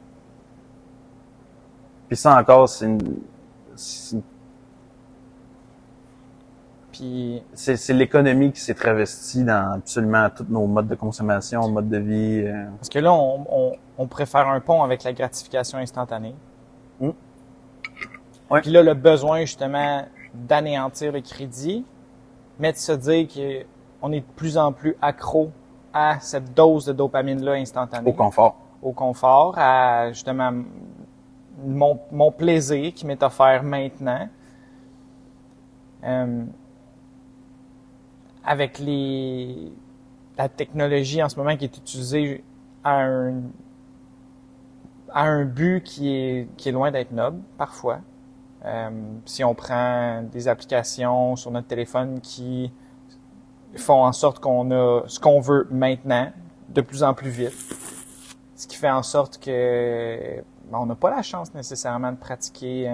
Puis ça encore, c'est l'économie qui s'est travestie dans absolument tous nos modes de consommation, modes de vie. Parce que là, on préfère un pont avec la gratification instantanée. Ouais. Puis là, le besoin justement d'anéantir le crédit, mais de se dire qu'on est de plus en plus accro à cette dose de dopamine-là instantanée. Au confort. Au confort, à justement mon plaisir qui m'est offert maintenant. Avec la technologie en ce moment qui est utilisée à un but qui est loin d'être noble, parfois. Si on prend des applications sur notre téléphone qui font en sorte qu'on a ce qu'on veut maintenant, de plus en plus vite. Ce qui fait en sorte que on n'a pas la chance nécessairement de pratiquer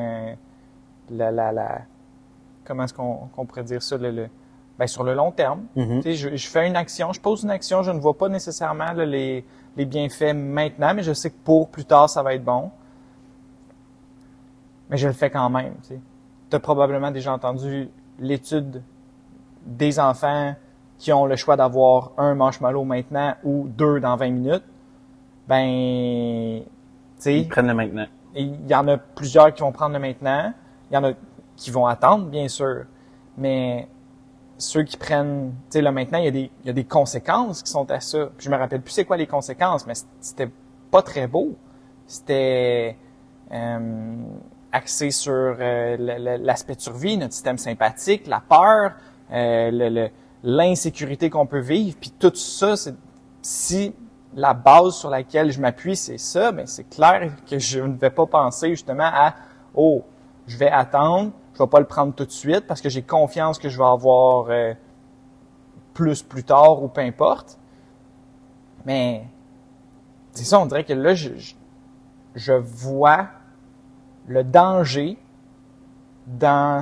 comment est-ce qu'on pourrait dire ça, sur le long terme. Mm-hmm. Tu sais, je fais une action, je pose une action, je ne vois pas nécessairement là, les bienfaits maintenant, mais je sais que pour plus tard, ça va être bon. Mais je le fais quand même. Tu as probablement déjà entendu l'étude des enfants qui ont le choix d'avoir un marshmallow maintenant ou 2 dans 20 minutes. Ils prennent le maintenant. Il y en a plusieurs qui vont prendre le maintenant. Il y en a qui vont attendre, bien sûr. Mais ceux qui prennent, le maintenant, il y a des conséquences qui sont à ça. Puis je me rappelle plus c'est quoi les conséquences, mais c'était pas très beau. C'était axé sur l'aspect de survie, notre système sympathique, la peur, l'insécurité qu'on peut vivre. Puis tout ça, si la base sur laquelle je m'appuie, c'est ça, mais c'est clair que je ne vais pas penser justement à « Oh, je vais attendre, je vais pas le prendre tout de suite parce que j'ai confiance que je vais avoir plus tard ou peu importe. » Mais c'est ça, on dirait que là, je vois le danger dans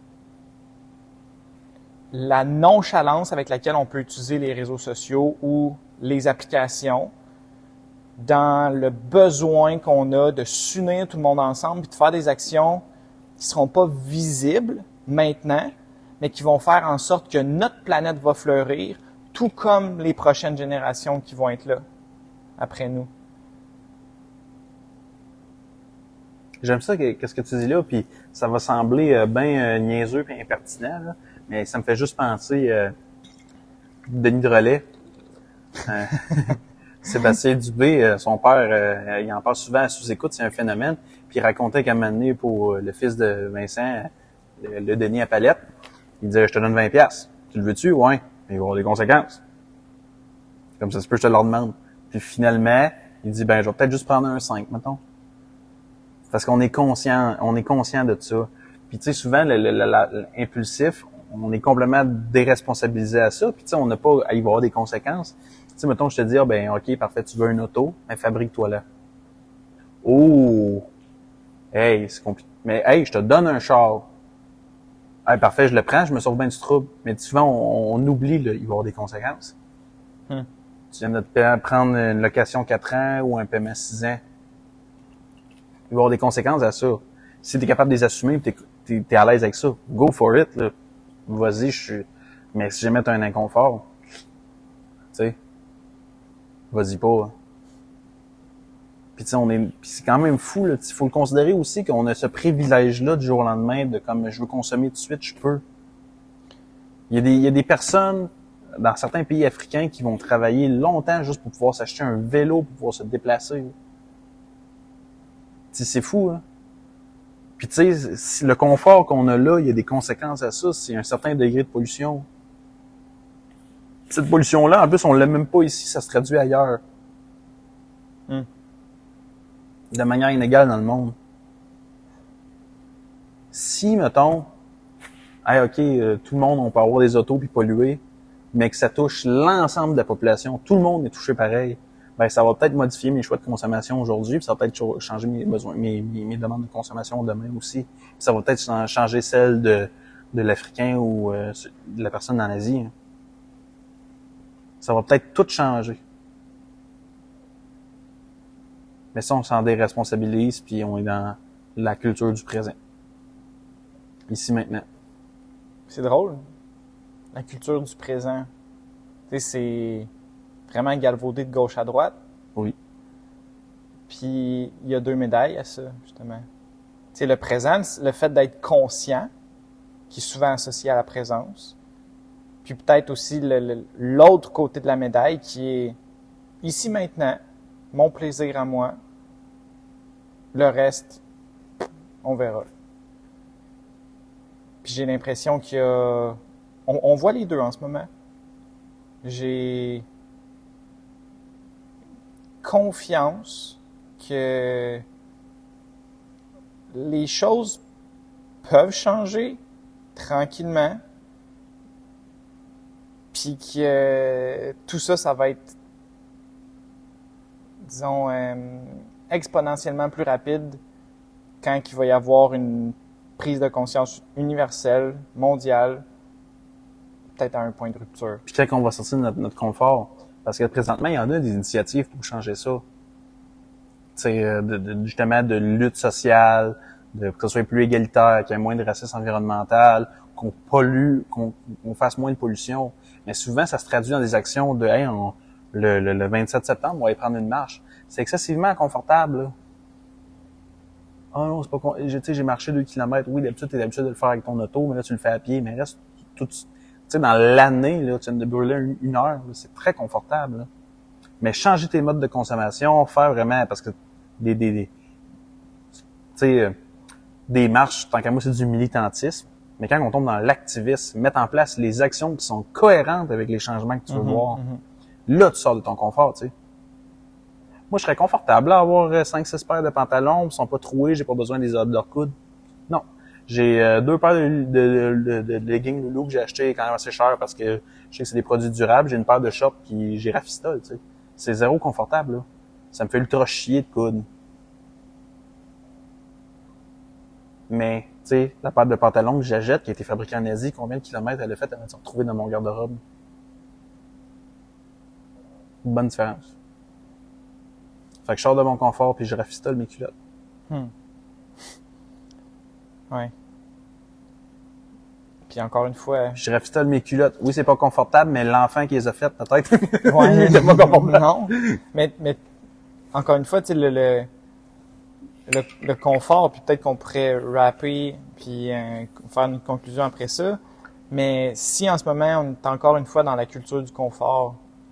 la nonchalance avec laquelle on peut utiliser les réseaux sociaux ou les applications, dans le besoin qu'on a de s'unir tout le monde ensemble et de faire des actions qui seront pas visibles maintenant, mais qui vont faire en sorte que notre planète va fleurir, tout comme les prochaines générations qui vont être là après nous. J'aime ça, qu'est-ce que tu dis là, puis ça va sembler bien niaiseux et impertinent, là, mais ça me fait juste penser Denis Drolet. Sébastien Dubé, son père, il en parle souvent à sous-écoute, c'est un phénomène. Puis il racontait qu'à un moment donné, pour le fils de Vincent, le Denis à palette, il disait « Je te donne 20$. Tu le veux-tu? Ouais. Mais il va y avoir des conséquences. Comme ça se peut, je te le demande. » Puis finalement, il dit « Ben, je vais peut-être juste prendre un 5, mettons. » Parce qu'on est conscient de ça. Puis tu sais, souvent, l'impulsif, on est complètement déresponsabilisé à ça. Puis tu sais, on n'a pas à y avoir des conséquences. Tu sais, mettons, je te dis, ben, OK, parfait, tu veux une auto, ben, fabrique-toi là. Oh! Hey, c'est compliqué. Mais, hey, je te donne un char. Hey, parfait, je le prends, je me sauve bien du trouble. Mais souvent, on oublie, là, il va y avoir des conséquences. Tu viens de te prendre une location 4 ans ou un paiement 6 ans. Il va y avoir des conséquences à ça. Si t'es capable de les assumer, t'es à l'aise avec ça, go for it, là. Vas-y, mais si jamais t'as un inconfort, tu sais, vas-y pas. Hein. Puis tu sais, c'est quand même fou, là. Il faut le considérer aussi qu'on a ce privilège-là du jour au lendemain de comme je veux consommer tout de suite, je peux. Il y a des personnes dans certains pays africains qui vont travailler longtemps juste pour pouvoir s'acheter un vélo pour pouvoir se déplacer. Tu C'est fou, hein. Puis tu sais, le confort qu'on a là, il y a des conséquences à ça. C'est un certain degré de pollution. Cette pollution-là, en plus, on l'a même pas ici, ça se traduit ailleurs. De manière inégale dans le monde. Si, mettons, hey, OK, tout le monde, on peut avoir des autos puis polluer, mais que ça touche l'ensemble de la population, tout le monde est touché pareil, ben ça va peut-être modifier mes choix de consommation aujourd'hui, puis ça va peut-être changer mes besoins, mes demandes de consommation demain aussi. Puis ça va peut-être changer celle de l'Africain ou de la personne en Asie. Hein. Ça va peut-être tout changer. Mais ça, on s'en déresponsabilise, puis on est dans la culture du présent. Ici, maintenant. C'est drôle. La culture du présent. Tu sais, c'est vraiment galvaudé de gauche à droite. Oui. Puis, il y a 2 médailles à ça, justement. Tu sais, le présent, le fait d'être conscient, qui est souvent associé à la présence. Puis peut-être aussi l'autre côté de la médaille, qui est ici maintenant, mon plaisir à moi. Le reste, on verra. Puis j'ai l'impression qu'il y a... On voit les deux en ce moment. J'ai confiance que les choses peuvent changer tranquillement, puis que tout ça, ça va être, disons, exponentiellement plus rapide quand il va y avoir une prise de conscience universelle, mondiale, peut-être à un point de rupture. Puis quand on va sortir de notre confort, parce que présentement, il y en a des initiatives pour changer ça. Tu sais, justement, de lutte sociale, que ce soit plus égalitaire, qu'il y ait moins de racisme environnemental, qu'on pollue, qu'on fasse moins de pollution. Mais souvent, ça se traduit dans des actions de hey, le 27 septembre, on va aller prendre une marche. C'est excessivement confortable, là. Ah non, c'est pas j'ai marché 2 kilomètres. Oui, d'habitude, t'es d'habitude de le faire avec ton auto, mais là, tu le fais à pied. Mais reste tout, tu sais, dans l'année, là, tu viens de brûler une heure, là, c'est très confortable, là. Mais changer tes modes de consommation, faire vraiment, parce que tu sais, des marches, tant qu'à moi, c'est du militantisme. Mais quand on tombe dans l'activisme, mettre en place les actions qui sont cohérentes avec les changements que tu veux voir, là, tu sors de ton confort, tu sais. Moi, je serais confortable à avoir 5-6 paires de pantalons, ils sont pas troués, j'ai pas besoin des hors coudes. Non. J'ai 2 paires de leggings Loulou que j'ai acheté quand même assez cher parce que je sais que c'est des produits durables. J'ai une paire de shorts qui j'ai rafistole, tu sais. C'est zéro confortable, là. Ça me fait ultra chier de coude. Mais, tu sais, la paire de pantalons que j'achète, qui a été fabriquée en Asie, combien de kilomètres elle a fait avant de se retrouver dans mon garde-robe? Une bonne différence. Fait que je sors de mon confort puis je rafistole mes culottes. Ouais. Puis encore une fois... Je rafistole mes culottes. Oui, c'est pas confortable, mais l'enfant qui les a faites, peut-être, ouais, c'est pas confortable. Non. Mais encore une fois, tu sais, le confort, puis peut-être qu'on pourrait rapper puis faire une conclusion après ça. Mais si en ce moment, on est encore une fois dans la culture du confort,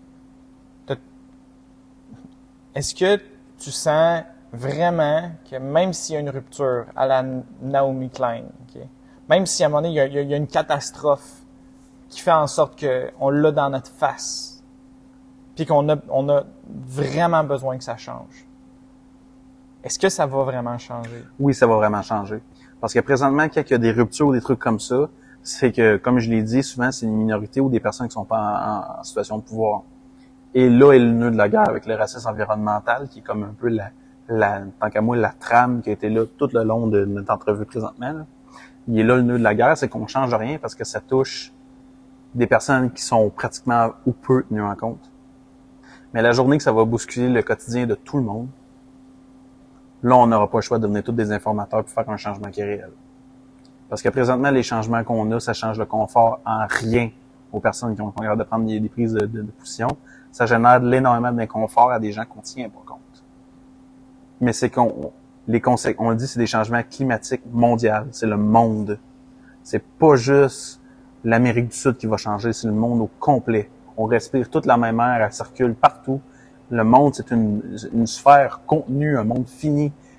est-ce que tu sens vraiment que même s'il y a une rupture à la Naomi Klein, okay, même si à un moment donné, il y a une catastrophe qui fait en sorte qu'on l'a dans notre face, puis qu'on a vraiment besoin que ça change, est-ce que ça va vraiment changer? Oui, ça va vraiment changer. Parce que présentement, quand il y a des ruptures ou des trucs comme ça, c'est que, comme je l'ai dit, souvent, c'est une minorité ou des personnes qui sont pas en situation de pouvoir. Et là est le nœud de la guerre avec le racisme environnemental, qui est comme un peu tant qu'à moi, la trame qui a été là tout le long de notre entrevue présentement, là. Il est là le nœud de la guerre, c'est qu'on change rien parce que ça touche des personnes qui sont pratiquement ou peu tenues en compte. Mais la journée que ça va bousculer le quotidien de tout le monde, là, on n'aura pas le choix de devenir tous des informateurs pour faire un changement qui est réel. Parce que présentement, les changements qu'on a, ça change le confort en rien aux personnes qui ont l'air de prendre des prises de position. Ça génère énormément d'inconfort à des gens qu'on tient pas compte. Mais c'est on le dit, c'est des changements climatiques mondiaux. C'est le monde. C'est pas juste l'Amérique du Sud qui va changer, c'est le monde au complet. On respire toute la même air, elle circule partout. Le monde, c'est une sphère contenue, un monde fini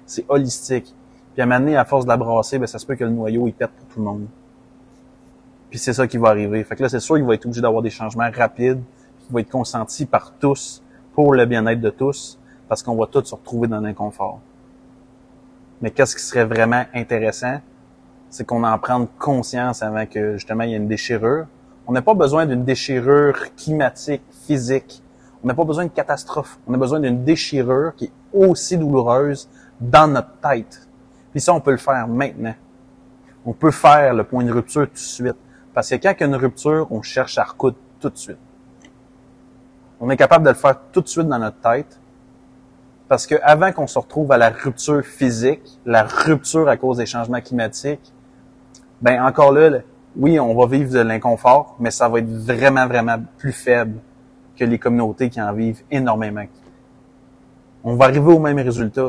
C'est holistique. Puis à un moment donné, à force de la brasser, ben ça se peut que le noyau, il pète pour tout le monde. Puis c'est ça qui va arriver. Fait que là, c'est sûr qu'il va être obligé d'avoir des changements rapides, qui vont être consentis par tous, pour le bien-être de tous, parce qu'on va tous se retrouver dans l'inconfort. Mais qu'est-ce qui serait vraiment intéressant, c'est qu'on en prenne conscience avant que, justement, il y ait une déchirure. On n'a pas besoin d'une déchirure climatique, physique. On n'a pas besoin de catastrophe. On a besoin d'une déchirure qui est aussi douloureuse dans notre tête. Puis ça, on peut le faire maintenant. On peut faire le point de rupture tout de suite. Parce que quand il y a une rupture, on cherche à recoudre tout de suite. On est capable de le faire tout de suite dans notre tête. Parce que avant qu'on se retrouve à la rupture physique, la rupture à cause des changements climatiques, ben encore là, oui, on va vivre de l'inconfort, mais ça va être vraiment, vraiment plus faible que les communautés qui en vivent énormément. On va arriver au même résultat.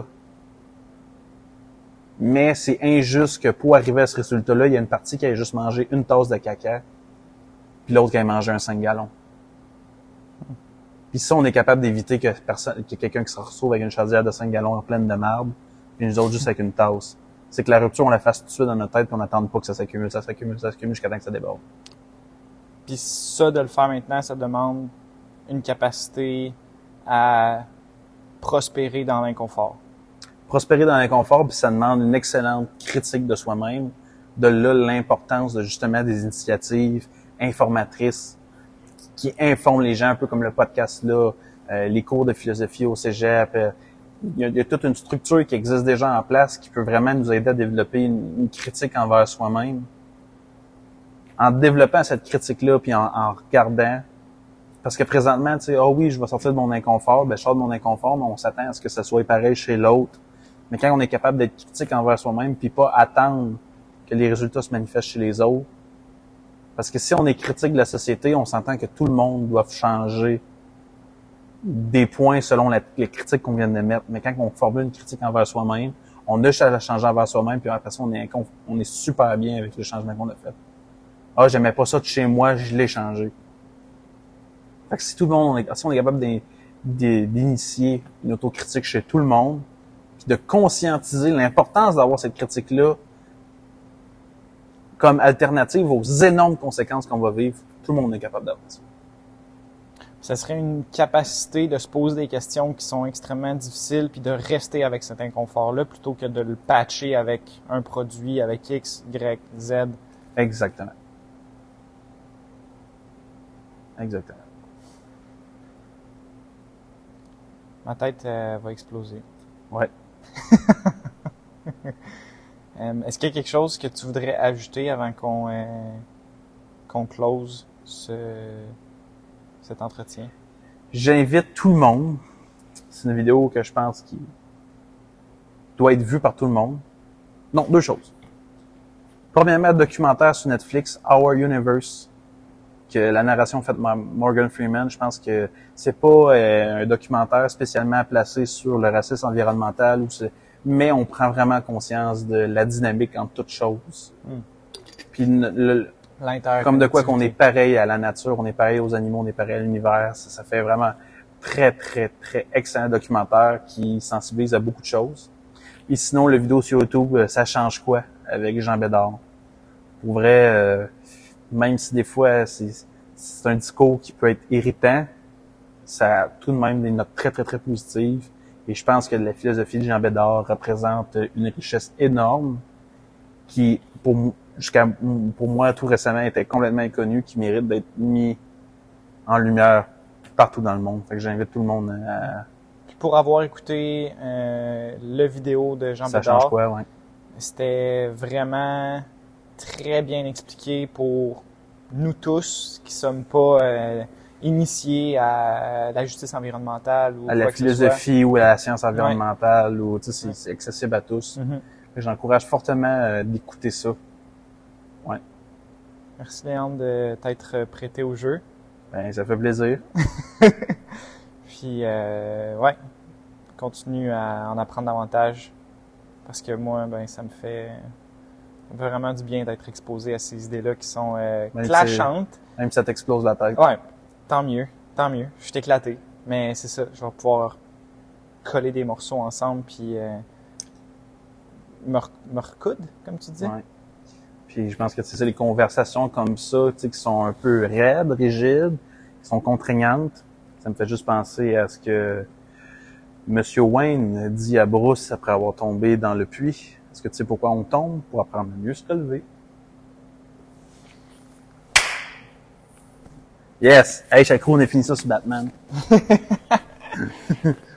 Mais c'est injuste que pour arriver à ce résultat-là, il y a une partie qui a juste mangé une tasse de caca, puis l'autre qui a mangé un 5 gallons. Puis ça, on est capable d'éviter que quelqu'un qui se retrouve avec une chaudière de 5 gallons en pleine de marde, puis nous autres juste avec une tasse. C'est que la rupture, on la fasse tout de suite dans notre tête, puis on n'attende pas que ça s'accumule jusqu'à temps que ça déborde. Puis ça, de le faire maintenant, ça demande une capacité à prospérer dans l'inconfort. Prospérer dans l'inconfort, puis ça demande une excellente critique de soi-même. De là, l'importance de justement des initiatives informatrices qui informent les gens, un peu comme le podcast là, les cours de philosophie au cégep. Il y a toute une structure qui existe déjà en place qui peut vraiment nous aider à développer une critique envers soi-même. En développant cette critique-là, puis en regardant, parce que présentement, tu sais, ah oui, je vais sortir de mon inconfort, ben je sors de mon inconfort, mais on s'attend à ce que ça soit pareil chez l'autre. Mais quand on est capable d'être critique envers soi-même, puis pas attendre que les résultats se manifestent chez les autres, parce que si on est critique de la société, on s'entend que tout le monde doit changer des points selon les critiques qu'on vient de mettre. Mais quand on formule une critique envers soi-même, on a à la changer envers soi-même, puis après ça, on est super bien avec le changement qu'on a fait. Ah, j'aimais pas ça de chez moi, je l'ai changé. Fait que si tout le monde, si on est capable d'initier une autocritique chez tout le monde, puis de conscientiser l'importance d'avoir cette critique-là comme alternative aux énormes conséquences qu'on va vivre, tout le monde est capable d'avoir ça. Ça serait une capacité de se poser des questions qui sont extrêmement difficiles puis de rester avec cet inconfort-là plutôt que de le patcher avec un produit, avec X, Y, Z. Exactement. Exactement. Ma tête va exploser. Ouais. Est-ce qu'il y a quelque chose que tu voudrais ajouter avant qu'on close cet entretien? J'invite tout le monde. C'est une vidéo que je pense qui doit être vue par tout le monde. Non, deux choses. Premièrement, documentaire sur Netflix, Our Universe, que la narration faite par Morgan Freeman. Je pense que c'est pas un documentaire spécialement placé sur le racisme environnemental, mais on prend vraiment conscience de la dynamique entre toutes choses. Puis comme de quoi qu'on est pareil à la nature, on est pareil aux animaux, on est pareil à l'univers. Ça fait vraiment très, très, très excellent documentaire qui sensibilise à beaucoup de choses. Et sinon, le vidéo sur YouTube, Ça change quoi? Avec Jean Bédard. Pour vrai, même si des fois c'est un discours qui peut être irritant, ça a tout de même des notes très, très, très positives. Et je pense que la philosophie de Jean Bédard représente une richesse énorme qui, pour moi, tout récemment, était complètement inconnue, qui mérite d'être mis en lumière partout dans le monde. Fait que j'invite tout le monde à... Pour avoir écouté le vidéo de Jean Bédard, ça change quoi, ouais. C'était vraiment très bien expliqué pour nous tous qui sommes pas initiés à la justice environnementale ou à la philosophie ou à la science environnementale, ou tu sais, c'est accessible à tous. J'encourage fortement d'écouter ça. Ouais. Merci Léandre de t'être prêté au jeu. Ben, ça fait plaisir. Puis ouais, continue à en apprendre davantage parce que moi, ben ça me fait vraiment du bien d'être exposé à ces idées-là qui sont clashantes. Même si ça t'explose la tête. Ouais, tant mieux. Je suis éclaté. Mais c'est ça, je vais pouvoir coller des morceaux ensemble puis me recoudre, comme tu dis. Ouais. Puis je pense que c'est ça, les conversations comme ça, tu sais, qui sont un peu raides, rigides, qui sont contraignantes. Ça me fait juste penser à ce que Monsieur Wayne dit à Bruce après avoir tombé dans le puits. Est-ce que tu sais pourquoi on tombe? Pour apprendre à mieux se relever. Yes! Hey, Chacrou, on a fini ça sur Batman.